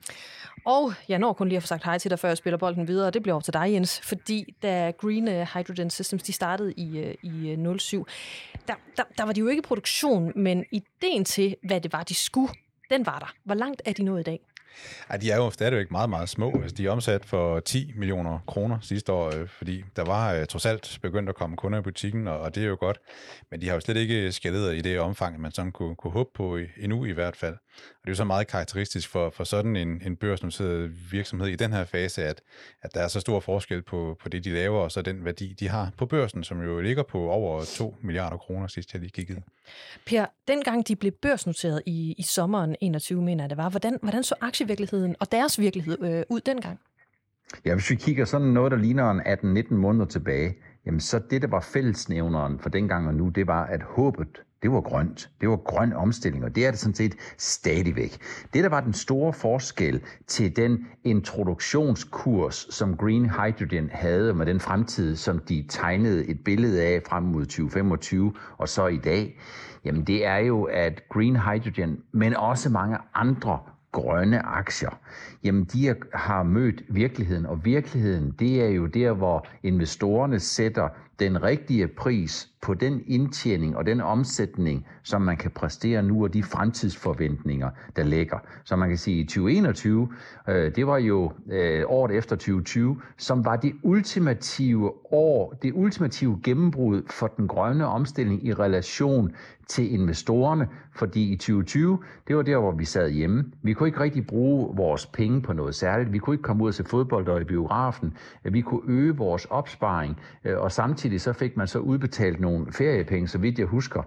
Og jeg når kun lige at få sagt hej til dig, før jeg spiller bolden videre, og det bliver over til dig, Jens. Fordi da Green Hydrogen Systems de startede i, i nul syv, der, der, der var de jo ikke i produktion, men ideen til, hvad det var, de skulle, den var der. Hvor langt er de nået i dag? Ej, de er jo stadigvæk meget, meget små. Altså, de er omsat for ti millioner kroner sidste år, øh, fordi der var øh, trods alt begyndt at komme kunder i butikken, og, og det er jo godt. Men de har jo slet ikke skaleret i det omfang, man sådan kunne, kunne håbe på endnu i hvert fald. Og det er jo så meget karakteristisk for, for sådan en, en børsnoteret virksomhed i den her fase, at, at der er så stor forskel på, på det, de laver, og så den værdi, de har på børsen, som jo ligger på over to milliarder kroner, sidst jeg lige kiggede. Per, dengang de blev børsnoteret i, i sommeren enogtyve, mener jeg det var, hvordan, hvordan så aktievirkeligheden og deres virkelighed øh, ud dengang? Ja, hvis vi kigger sådan noget, der ligner en atten nitten måneder tilbage, jamen så det, der var fællesnævneren for dengang og nu, det var, at håbet, det var grønt. Det var grøn omstilling, og det er det sådan set stadigvæk. Det, der var den store forskel til den introduktionskurs, som Green Hydrogen havde, med den fremtid, som de tegnede et billede af frem mod tyve femogtyve, og så i dag, jamen det er jo, at Green Hydrogen, men også mange andre grønne aktier, jamen de har mødt virkeligheden, og virkeligheden, det er jo der, hvor investorerne sætter den rigtige pris på den indtjening og den omsætning, som man kan præstere nu, og de fremtidsforventninger, der ligger. Så man kan sige, at tyve enogtyve, øh, det var jo øh, året efter tyve tyve, som var det ultimative år, det ultimative gennembrud for den grønne omstilling i relation til investorerne, fordi i tyve tyve, det var der, hvor vi sad hjemme. Vi kunne ikke rigtig bruge vores penge på noget særligt. Vi kunne ikke komme ud og se fodbold og i biografen. Vi kunne øge vores opsparing, og samtidig så fik man så udbetalt nogle feriepenge, så vidt jeg husker.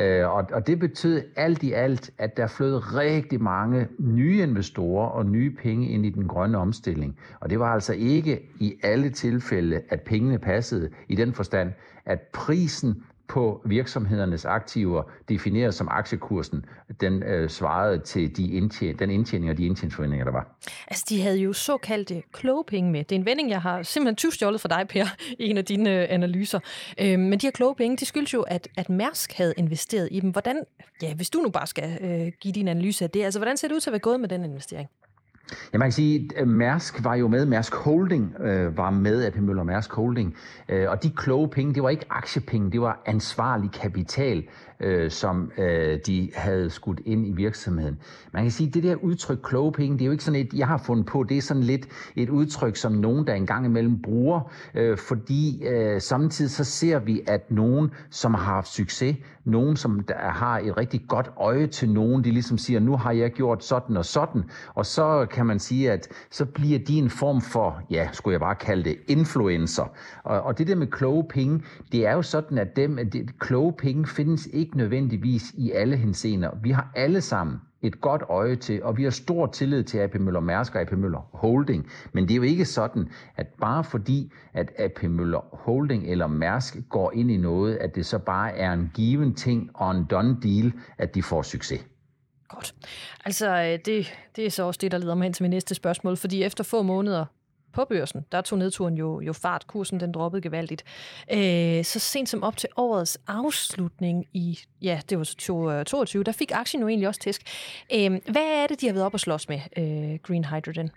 Og det betød alt i alt, at der flød rigtig mange nye investorer og nye penge ind i den grønne omstilling. Og det var altså ikke i alle tilfælde, at pengene passede i den forstand, at prisen på virksomhedernes aktiver, defineret som aktiekursen, den øh, svarede til de indtjen- den indtjening og de indtjeningsforventninger, der var. Altså, de havde jo såkaldte kloge penge med. Det er en vending, jeg har simpelthen tyvstjålet fra dig, Per, i en af dine øh, analyser. Øh, men de her kloge penge, de skyldes jo, at, at Mærsk havde investeret i dem. Hvordan, ja, hvis du nu bare skal øh, give din analyse af det, altså, hvordan ser det ud til at være gået med den investering? Ja, man kan sige, at Mærsk var jo med, Mærsk Holding øh, var med, A P Møller Mærsk Holding, øh, og de kloge penge, det var ikke aktiepenge, det var ansvarlig kapital, øh, som øh, de havde skudt ind i virksomheden. Man kan sige, at det der udtryk kloge penge, det er jo ikke sådan et, jeg har fundet på, det er sådan lidt et udtryk, som nogen, der engang imellem bruger, øh, fordi øh, samtidig så ser vi, at nogen, som har haft succes, nogen, som der har et rigtig godt øje til nogen, de ligesom siger, nu har jeg gjort sådan og sådan, og så kan man sige, at så bliver de en form for, ja, skulle jeg bare kalde det, influencer. Og, og det der med kloge penge, det er jo sådan, at dem, at det, kloge penge findes ikke nødvendigvis i alle henseender. Vi har alle sammen et godt øje til, og vi har stor tillid til A P Møller Mærsk og A P Møller Holding. Men det er jo ikke sådan, at bare fordi, at A P Møller Holding eller Mærsk går ind i noget, at det så bare er en given ting og en done deal, at de får succes. Godt. Altså, det, det er så også det, der leder mig hen til min næste spørgsmål, fordi efter få måneder på børsen, der tog nedturen jo, jo fart. Kursen den droppede gevaldigt. Øh, så sent som op til årets afslutning i, ja, det var tyve toogtyve, der fik aktien jo egentlig også tæsk. Øh, hvad er det, de har været op at slås med, øh, Green Hydrogen?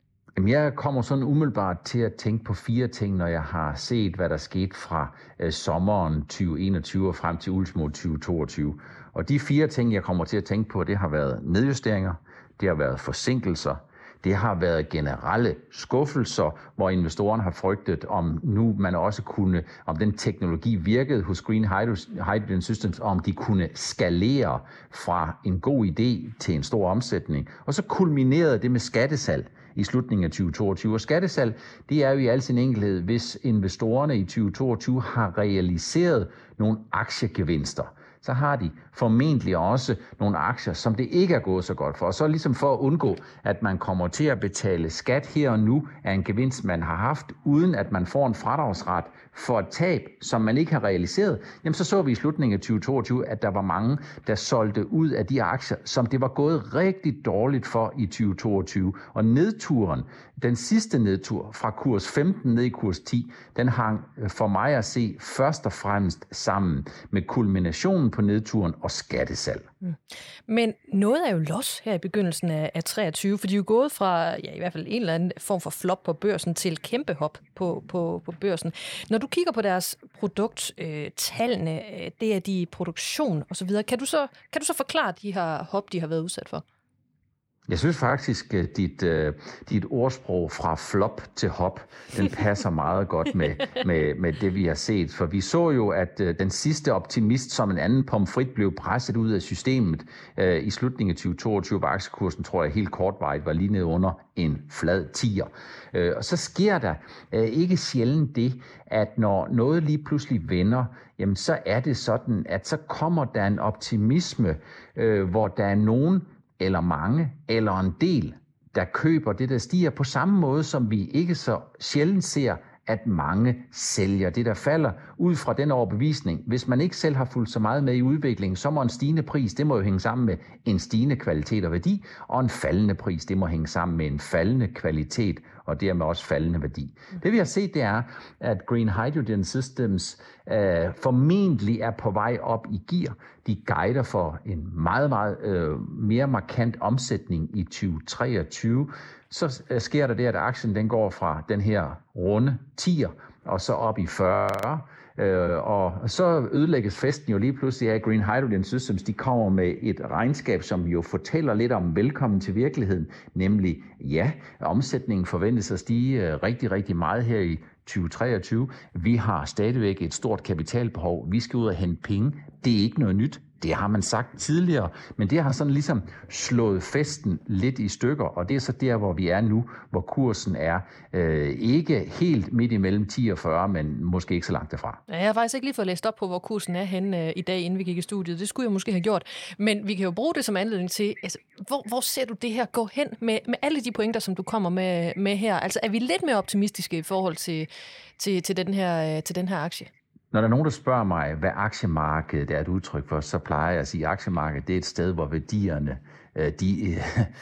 Jeg kommer sådan umiddelbart til at tænke på fire ting, når jeg har set, hvad der skete fra øh, sommeren tyve enogtyve og frem til ultimo tyve toogtyve. Og de fire ting, jeg kommer til at tænke på, det har været nedjusteringer, det har været forsinkelser, det har været generelle skuffelser, hvor investorerne har frygtet, om nu man også kunne, om den teknologi virkede hos Green Hydrogen Systems, og om de kunne skalere fra en god idé til en stor omsætning. Og så kulminerede det med skattesalg i slutningen af tyve toogtyve. Og skattesalg, det er jo i al sin enkelhed, hvis investorerne i tyve toogtyve har realiseret nogle aktiegevinster, så har de formentlig også nogle aktier, som det ikke er gået så godt for. Og så ligesom for at undgå, at man kommer til at betale skat her og nu af en gevinst, man har haft, uden at man får en fradragsret for et tab, som man ikke har realiseret, jamen så så vi i slutningen af tyve toogtyve, at der var mange, der solgte ud af de aktier, som det var gået rigtig dårligt for i tyve toogtyve. Og nedturen, den sidste nedtur fra kurs femten ned i kurs ti, den hang for mig at se først og fremmest sammen med kulminationen på nedturen og skattesalg. Mm. Men noget er jo los her i begyndelsen af, af treogtyve, for de er jo gået fra ja, i hvert fald en eller anden form for flop på børsen til et kæmpe hop på, på, på børsen. Når du kigger på deres produkttallene, øh, det er de i produktion osv., kan du så, kan du så forklare de her hop, de har været udsat for? Jeg synes faktisk, at dit, uh, dit ordsprog fra flop til hop, den passer meget godt med, med, med det, vi har set. For vi så jo, at uh, den sidste optimist som en anden pomfrit blev presset ud af systemet uh, i slutningen af tyve toogtyve, hvor aktiekursen, tror jeg, helt kortvarigt var lige nede under en flad tier. Uh, og så sker der uh, ikke sjældent det, at når noget lige pludselig vender, jamen så er det sådan, at så kommer der en optimisme, uh, hvor der er nogen, eller mange, eller en del, der køber det, der stiger, på samme måde, som vi ikke så sjældent ser, at mange sælger det, der falder, ud fra den overbevisning. Hvis man ikke selv har fulgt så meget med i udviklingen, så må en stigende pris, det må jo hænge sammen med en stigende kvalitet og værdi, og en faldende pris, det må hænge sammen med en faldende kvalitet, og dermed også faldende værdi. Det vi har set, det er, at Green Hydrogen Systems øh, formentlig er på vej op i gear. De guider for en meget, meget øh, mere markant omsætning i tyve treogtyve. Så øh, sker der det, at aktien den går fra den her runde tier og så op i fyrre. Øh, og så ødelægges festen jo lige pludselig af Green Hydrogen Systems. De kommer med et regnskab, som jo fortæller lidt om velkommen til virkeligheden, nemlig ja, omsætningen forventes at stige rigtig, rigtig meget her i tyve treogtyve. Vi har stadigvæk et stort kapitalbehov. Vi skal ud og hente penge. Det er ikke noget nyt. Det har man sagt tidligere, men det har sådan ligesom slået festen lidt i stykker, og det er så der, hvor vi er nu, hvor kursen er øh, ikke helt midt imellem ti og fyrre, men måske ikke så langt derfra. Ja, jeg har faktisk ikke lige fået læst op på, hvor kursen er henne øh, i dag, inden vi gik i studiet. Det skulle jeg måske have gjort, men vi kan jo bruge det som anledning til, altså, hvor, hvor ser du det her gå hen med, med alle de pointer, som du kommer med, med her? Altså er vi lidt mere optimistiske i forhold til, til, til, den, her, øh, til den her aktie? Når der er nogen, der spørger mig, hvad aktiemarkedet er et udtryk for, så plejer jeg at sige, at aktiemarkedet det er et sted, hvor værdierne de,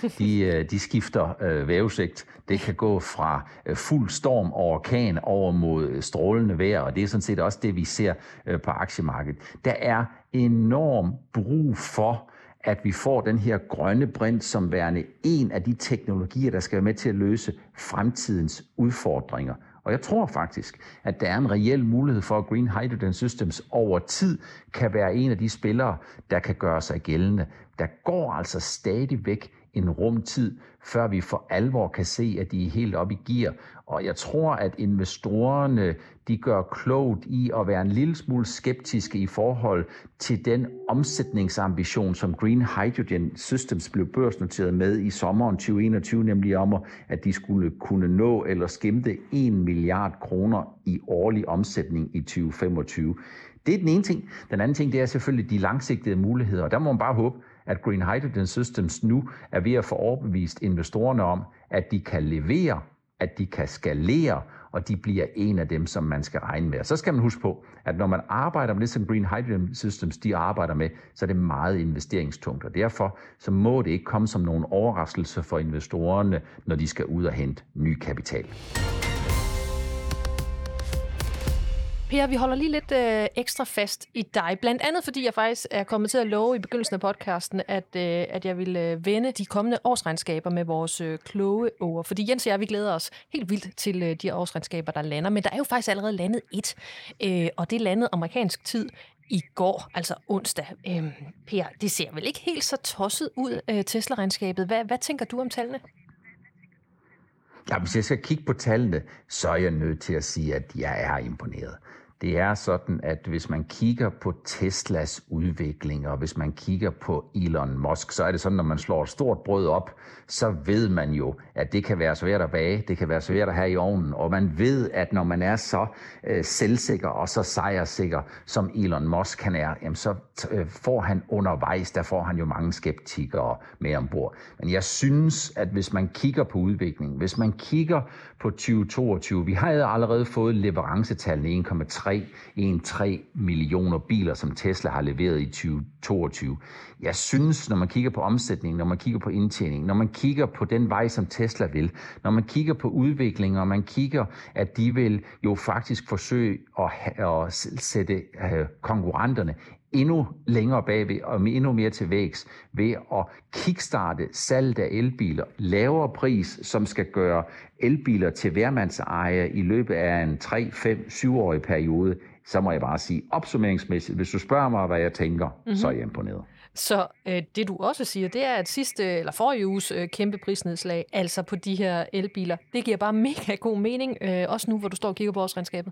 de, de skifter vævesigt. Det kan gå fra fuld storm og orkan over mod strålende vejr, og det er sådan set også det, vi ser på aktiemarkedet. Der er enorm brug for, at vi får den her grønne brint som værende en af de teknologier, der skal være med til at løse fremtidens udfordringer. Og jeg tror faktisk, at der er en reel mulighed for, at Green Hydrogen Systems over tid kan være en af de spillere, der kan gøre sig gældende. Der går altså stadigvæk en rumtid, før vi for alvor kan se, at de er helt oppe i gear. Og jeg tror, at investorerne de gør klogt i at være en lille smule skeptiske i forhold til den omsætningsambition, som Green Hydrogen Systems blev børsnoteret med i sommeren tyve enogtyve, nemlig om, at de skulle kunne nå eller skimte en milliard kroner i årlig omsætning i tyve femogtyve. Det er den ene ting. Den anden ting, det er selvfølgelig de langsigtede muligheder, og der må man bare håbe, at Green Hydrogen Systems nu er ved at få overbevist investorerne om, at de kan levere, at de kan skalere, og de bliver en af dem, som man skal regne med. Og så skal man huske på, at når man arbejder med det, som Green Hydrogen Systems de arbejder med, så er det meget investeringstungt, og derfor så må det ikke komme som nogen overraskelse for investorerne, når de skal ud og hente ny kapital. Per, vi holder lige lidt øh, ekstra fast i dig, blandt andet fordi jeg faktisk er kommet til at love i begyndelsen af podcasten, at, øh, at jeg vil øh, vende de kommende årsregnskaber med vores øh, kloge ord. Fordi Jens og jeg, vi glæder os helt vildt til øh, de årsregnskaber, der lander, men der er jo faktisk allerede landet et, øh, og det landede amerikansk tid i går, altså onsdag. Øh, Per, det ser vel ikke helt så tosset ud, øh, Tesla-regnskabet. Hvad, hvad tænker du om tallene? Ja, hvis jeg skal kigge på tallene, så er jeg nødt til at sige, at jeg er imponeret. Det er sådan, at hvis man kigger på Teslas udvikling, og hvis man kigger på Elon Musk, så er det sådan, når man slår et stort brød op, så ved man jo, at det kan være svært at bage, det kan være svært at have i ovnen, og man ved, at når man er så øh, selvsikker og så sejrsikker, som Elon Musk kan er, jamen så øh, får han undervejs, der får han jo mange skeptikere med ombord. Men jeg synes, at hvis man kigger på udviklingen, hvis man kigger på tyve toogtyve, vi har allerede fået leverancetallene en komma tre millioner biler, som Tesla har leveret i tyve toogtyve. Jeg synes, når man kigger på omsætning, når man kigger på indtjening, når man kigger på den vej, som Tesla vil, når man kigger på udvikling, og man kigger, at de vil jo faktisk forsøge at, at sætte konkurrenterne endnu længere bagved og endnu mere til vægs ved at kickstarte salget af elbiler, lavere pris, som skal gøre elbiler til hvermandseje i løbet af en tre, fem, syv-årig periode, så må jeg bare sige opsummeringsmæssigt, hvis du spørger mig, hvad jeg tænker, mm-hmm. så er jeg imponeret. Så øh, det du også siger, det er, at sidste eller forrige uges øh, kæmpe prisnedslag, altså på de her elbiler, det giver bare mega god mening, øh, også nu, hvor du står og kigger på årsregnskabet.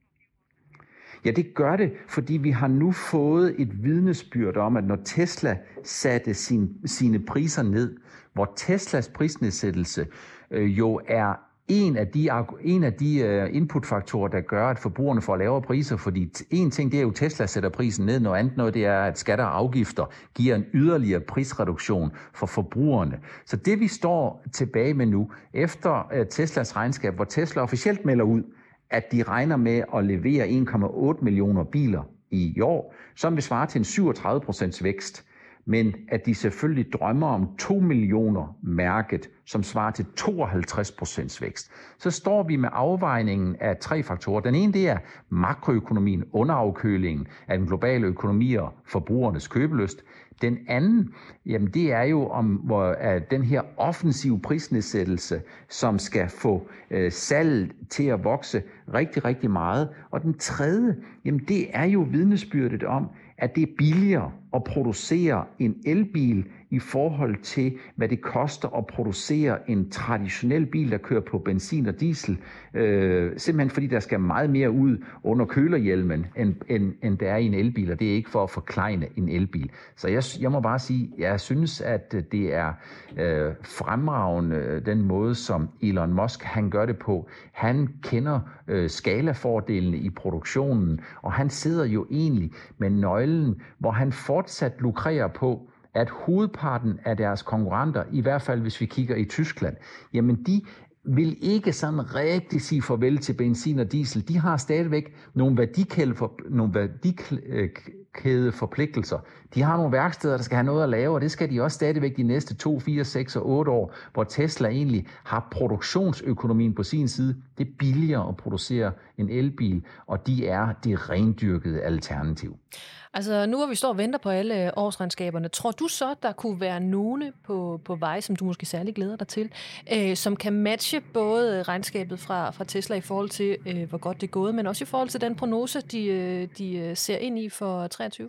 Ja, det gør det, fordi vi har nu fået et vidnesbyrd om, at når Tesla satte sin, sine priser ned, hvor Teslas prisnedsættelse øh, jo er en af de, en af de uh, inputfaktorer, der gør, at forbrugerne får lavere priser, fordi en ting, det er jo, at Tesla sætter prisen ned, noget andet noget, det er, at skatter og afgifter giver en yderligere prisreduktion for forbrugerne. Så det, vi står tilbage med nu, efter uh, Teslas regnskab, hvor Tesla officielt melder ud, at de regner med at levere en komma otte millioner biler i år, som vil svare til en syvogtredive procent vækst, men at de selvfølgelig drømmer om to millioner mærket, som svarer til tooghalvtreds procent vækst. Så står vi med afvejningen af tre faktorer. Den ene, det er makroøkonomien, underafkølingen af den globale økonomi og forbrugernes købelyst. Den anden, jamen det er jo om hvor, at den her offensive prisnedsættelse, som skal få øh, salget til at vokse rigtig, rigtig meget. Og den tredje, jamen det er jo vidnesbyrdet om, at det er billigere at producere en elbil i forhold til, hvad det koster at producere en traditionel bil, der kører på benzin og diesel. Øh, simpelthen fordi der skal meget mere ud under kølerhjelmen, end, end, end der er i en elbil, og det er ikke for at forklejne en elbil. Så jeg, jeg må bare sige, jeg synes, at det er øh, fremragende den måde, som Elon Musk han gør det på. Han kender øh, skalafordelene i produktionen, og han sidder jo egentlig med nøglen, hvor han fortsat lukrerer på, at hovedparten af deres konkurrenter, i hvert fald hvis vi kigger i Tyskland, jamen de vil ikke sådan rigtig sige farvel til benzin og diesel. De har stadigvæk nogle værdikædefor, nogle værdikædeforpligtelser. De har nogle værksteder, der skal have noget at lave, og det skal de også stadigvæk de næste to, fire, seks og otte år, hvor Tesla egentlig har produktionsøkonomien på sin side. Det er billigere at producere en elbil, og de er det rendyrkede alternativ. Altså nu hvor vi står og venter på alle årsregnskaberne, tror du så, der kunne være nogle på, på vej, som du måske særlig glæder dig til, øh, som kan matche både regnskabet fra, fra Tesla i forhold til, øh, hvor godt det er gået, men også i forhold til den prognose, de, de ser ind i for treogtyve?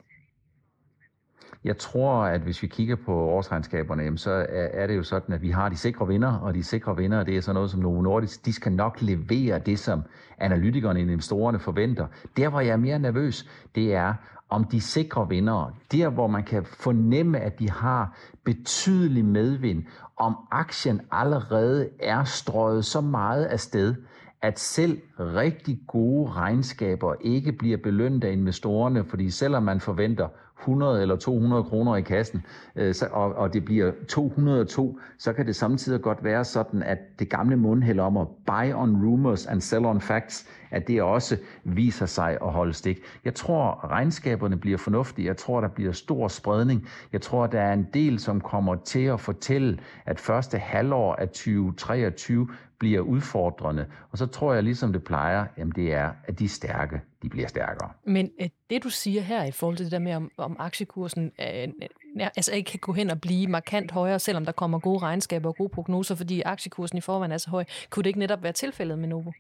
Jeg tror, at hvis vi kigger på årsregnskaberne, så er det jo sådan, at vi har de sikre vinder, og de sikre vinder, det er sådan noget som Novo Nordisk. De skal nok levere det, som analytikerne og investorerne forventer. Der, hvor jeg er mere nervøs, det er om de sikre vindere. Der, hvor man kan fornemme, at de har betydelig medvind, om aktien allerede er strøget så meget afsted, at selv rigtig gode regnskaber ikke bliver belønnet af investorerne, fordi selvom man forventer hundrede eller to hundrede kroner i kassen, øh, så, og, og det bliver to hundrede og to, så kan det samtidig godt være sådan, at det gamle mundheld om at buy on rumors and sell on facts, at det også viser sig at holde stik. Jeg tror, regnskaberne bliver fornuftige. Jeg tror, der bliver stor spredning. Jeg tror, der er en del, som kommer til at fortælle, at første halvår af tyve treogtyve bliver udfordrende. Og så tror jeg, ligesom det plejer, jamen det er, at de stærke, de bliver stærkere. Men øh, det, du siger her i forhold til det der med, om, om aktiekursen øh, altså ikke kan gå hen og blive markant højere, selvom der kommer gode regnskaber og gode prognoser, fordi aktiekursen i forvejen er så høj, kunne det ikke netop være tilfældet med Novo?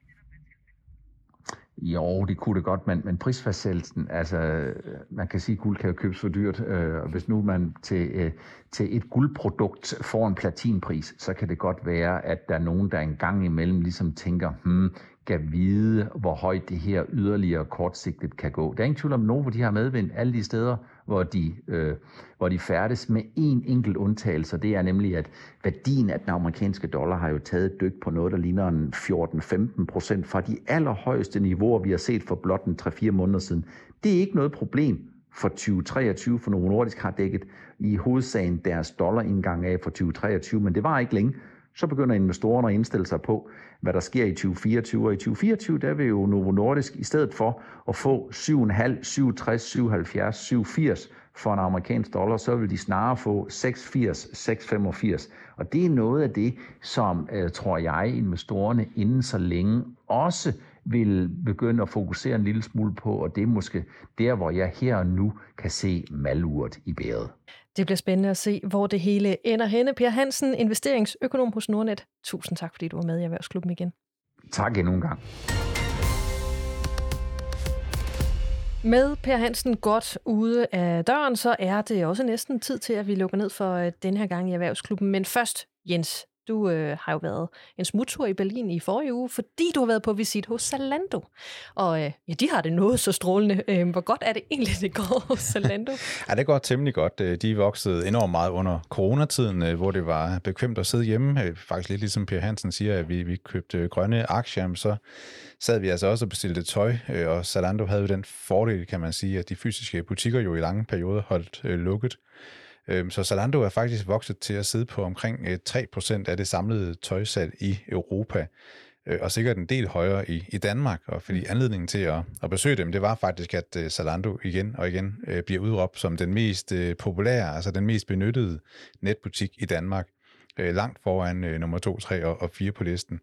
Jo, det kunne det godt, men, men prisfastsættelsen, altså man kan sige, at guld kan jo købes for dyrt, øh, og hvis nu man til, øh, til et guldprodukt får en platinpris, så kan det godt være, at der er nogen, der en gang imellem ligesom tænker, hmm, kan vide, hvor højt det her yderligere kortsigtet kan gå. Der er ingen tvivl om, Novo, de har medvind alle de steder, hvor de, øh, hvor de færdes med en enkelt undtagelse. Det er nemlig, at værdien af den amerikanske dollar har jo taget et dyk på noget, der ligner en fjorten til femten procent fra de allerhøjeste niveauer, vi har set for blot en tre fire måneder siden. Det er ikke noget problem for tyve treogtyve, for Novo Nordisk har dækket i hovedsagen deres dollarindgang af for tyve treogtyve, men det var ikke længe. Så begynder investorerne at indstille sig på, hvad der sker i tyve fireogtyve. Og i tyve fireogtyve, der vil jo Novo Nordisk i stedet for at få syv komma fem, syvogtres, syvoghalvfjerds, syvogfirs for en amerikansk dollar, så vil de snarere få seksogfirs, seks komma femogfirs. Og det er noget af det, som, øh, tror jeg, investorerne inden så længe også vil begynde at fokusere en lille smule på, og det er måske der, hvor jeg her og nu kan se malurt i bæret. Det bliver spændende at se, hvor det hele ender henne. Per Hansen, investeringsøkonom hos Nordnet. Tusind tak, fordi du var med i Erhvervsklubben igen. Tak endnu en gang. Med Per Hansen godt ude af døren, så er det også næsten tid til, at vi lukker ned for den her gang i Erhvervsklubben. Men først, Jens, du øh, har jo været en smuttur i Berlin i forrige uge, fordi du har været på visit hos Zalando. Og øh, ja, de har det noget så strålende. Øh, hvor godt er det egentlig, det går hos Zalando? Ja, det går temmelig godt. De voksede enormt meget under coronatiden, hvor det var bekvemt at sidde hjemme. Faktisk lidt ligesom Per Hansen siger, at vi, vi købte grønne aktier, så sad vi altså også og bestilte tøj, og Zalando havde jo den fordel, kan man sige, at de fysiske butikker jo i lange perioder holdt øh, lukket. Så Zalando er faktisk vokset til at sidde på omkring tre procent af det samlede tøjsalg i Europa, og sikkert en del højere i, i Danmark. Og fordi anledningen til at, at besøge dem, det var faktisk, at Zalando igen og igen bliver udråbt som den mest populære, altså den mest benyttede netbutik i Danmark, langt foran nummer to, tre og fire på listen.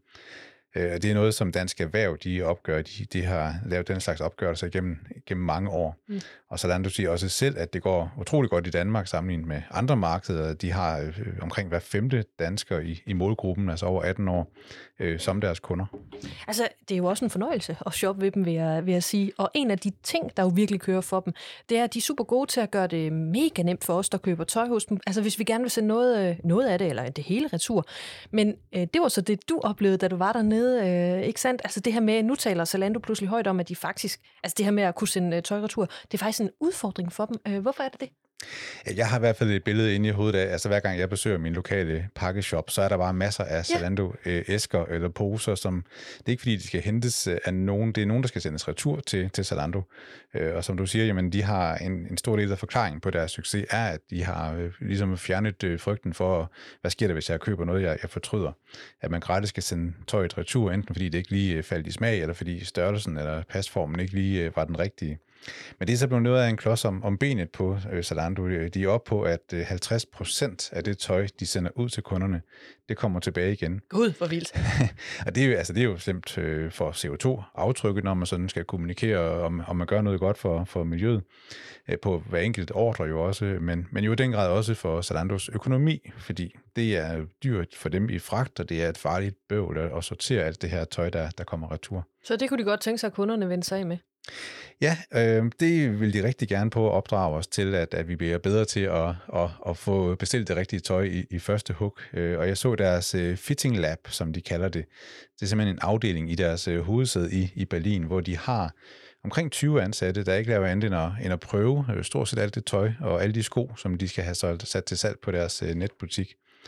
Det er noget, som Dansk Erhverv de opgør. De, de har lavet den slags opgørelser gennem, gennem mange år. Mm. Og Zalando siger også selv, at det går utrolig godt i Danmark sammenlignet med andre markeder. De har øh, omkring hver femte dansker i, i målgruppen, altså over atten år, øh, som deres kunder. Altså, det er jo også en fornøjelse at shoppe ved dem, vil jeg, vil jeg sige. Og en af de ting, der jo virkelig kører for dem, det er, at de er super gode til at gøre det mega nemt for os, der køber tøj hos dem. Altså, hvis vi gerne vil sende noget, noget af det, eller det hele retur. Men øh, det var så det, du oplevede, da du var dernede. Øh, ikke sandt? Altså det her med, nu taler Zalando pludselig højt om, at de faktisk, altså det her med at kunne sende øh, tøjretur, det er faktisk en udfordring for dem. Øh, hvorfor er det det? Jeg har i hvert fald et billede inde i hovedet af, altså hver gang jeg besøger min lokale pakkeshop, så er der bare masser af Zalando-æsker øh, eller poser, som det er ikke fordi, de skal hentes af nogen, det er nogen, der skal sendes retur til, til Zalando. Øh, og som du siger, jamen de har en, en stor del af forklaringen på deres succes, er, at de har øh, ligesom fjernet øh, frygten for, hvad sker der, hvis jeg køber noget, jeg, jeg fortryder. At man gratis skal sende tøjet retur, enten fordi det ikke lige øh, faldt i smag, eller fordi størrelsen eller pasformen ikke lige øh, var den rigtige. Men det er så blevet noget af en klods om, om benet på øh, Zalando. De er oppe på, at øh, halvtreds procent af det tøj, de sender ud til kunderne, det kommer tilbage igen. Gud, hvor vildt. Og det er jo, altså, det er jo slemt øh, for C O to aftrykket, når man sådan skal kommunikere, om, om man gør noget godt for, for miljøet. Øh, på hver enkelt ordre jo også, men, men jo i den grad også for Zalandos økonomi, fordi det er dyrt for dem i fragt, og det er et farligt bøvl at sortere alt det her tøj, der, der kommer retur. Så det kunne de godt tænke sig, at kunderne vendte sig af med? Ja, øh, det vil de rigtig gerne på at opdrage os til, at, at vi bliver bedre til at, at, at få bestilt det rigtige tøj i, i første hug. Øh, og jeg så deres uh, fitting lab, som de kalder det. Det er simpelthen en afdeling i deres uh, hovedsæde i, i Berlin, hvor de har omkring tyve ansatte, der ikke laver andet end at, end at prøve øh, stort set alt det tøj og alle de sko, som de skal have solgt, sat til salg på deres uh, netbutik.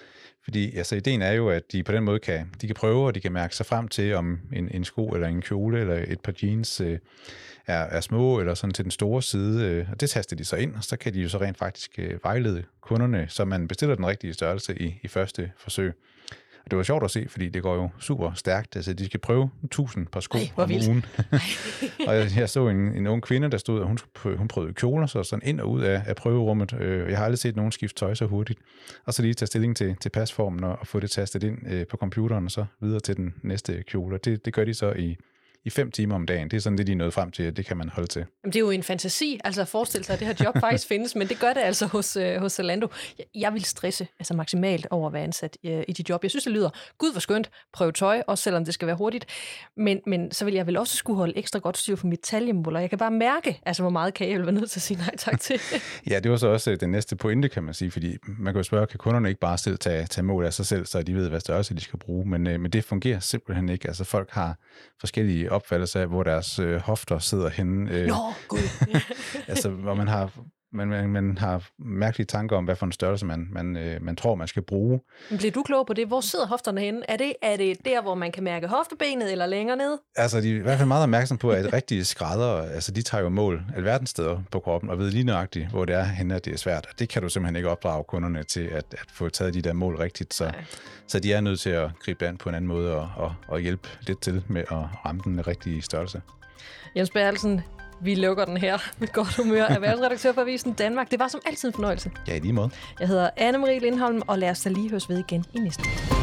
Fordi altså, ideen er jo, at de på den måde kan, de kan prøve, og de kan mærke sig frem til, om en, en sko eller en kjole eller et par jeans øh, er, er små eller sådan til den store side. Øh, og det taster de så ind, og så kan de jo så rent faktisk øh, vejlede kunderne, så man bestiller den rigtige størrelse i, i første forsøg. Og det var sjovt at se, fordi det går jo super stærkt. Altså, de skal prøve tusind par sko Ej, om ugen. Og jeg, jeg så en, en ung kvinde, der stod, og hun, hun prøvede kjoler, så sådan ind og ud af, af prøverummet. Jeg har aldrig set nogen skifte tøj så hurtigt. Og så lige tage stilling til, til pasformen og, og få det tastet ind øh, på computeren, og så videre til den næste kjole. Det, det gør de så i, i fem timer om dagen. Det er sådan det, de er nået frem til, at det kan man holde til. Jamen, det er jo en fantasi, altså at forestille sig, at det her job faktisk findes, men det gør det altså hos, øh, hos Zalando. Jeg, jeg vil stresse altså maksimalt over at være ansat øh, i dit job. Jeg synes, det lyder, gud hvor skønt, prøve tøj, også selvom det skal være hurtigt. Men, men så vil jeg vel også skulle holde ekstra godt styr på mit taljemål, og jeg kan bare mærke, altså hvor meget kan jeg vil være nødt til at sige nej tak til. Ja, det var så også den næste pointe, kan man sige, fordi man kan jo spørge, kan kunderne ikke bare selv tage, tage mål af sig selv, så de ved, hvad størrelse de skal bruge, men, øh, men det fungerer simpelthen ikke. Altså folk har forskellige opfattelser af, hvor deres øh, hofter sidder henne. Øh, Nå, gud. altså, hvor man har, man, man, man har mærkelige tanker om, hvad for en størrelse man, man, øh, man tror, man skal bruge. Men bliver du klog på det? Hvor sidder hofterne henne? Er det, er det der, hvor man kan mærke hoftebenet, eller længere nede? Altså, de er i hvert fald meget opmærksom på, at rigtige skrædder, altså de tager jo mål alverdens steder på kroppen, og ved lige nøjagtigt, hvor det er henne, at det er svært. Og det kan du simpelthen ikke opdrage kunderne til, at, at få taget de der mål rigtigt. Så, så de er nødt til at gribe an på en anden måde og, og, og hjælpe lidt til med at ramme den rigtige størrelse. Jens Bertelsen, vi lukker den her med godt humør. Erhvervsredaktør for Avisen Danmark. Det var som altid en fornøjelse. Ja, i lige måde. Jeg hedder Anne-Marie Lindholm, og lad os da lige høres ved igen i næste uge.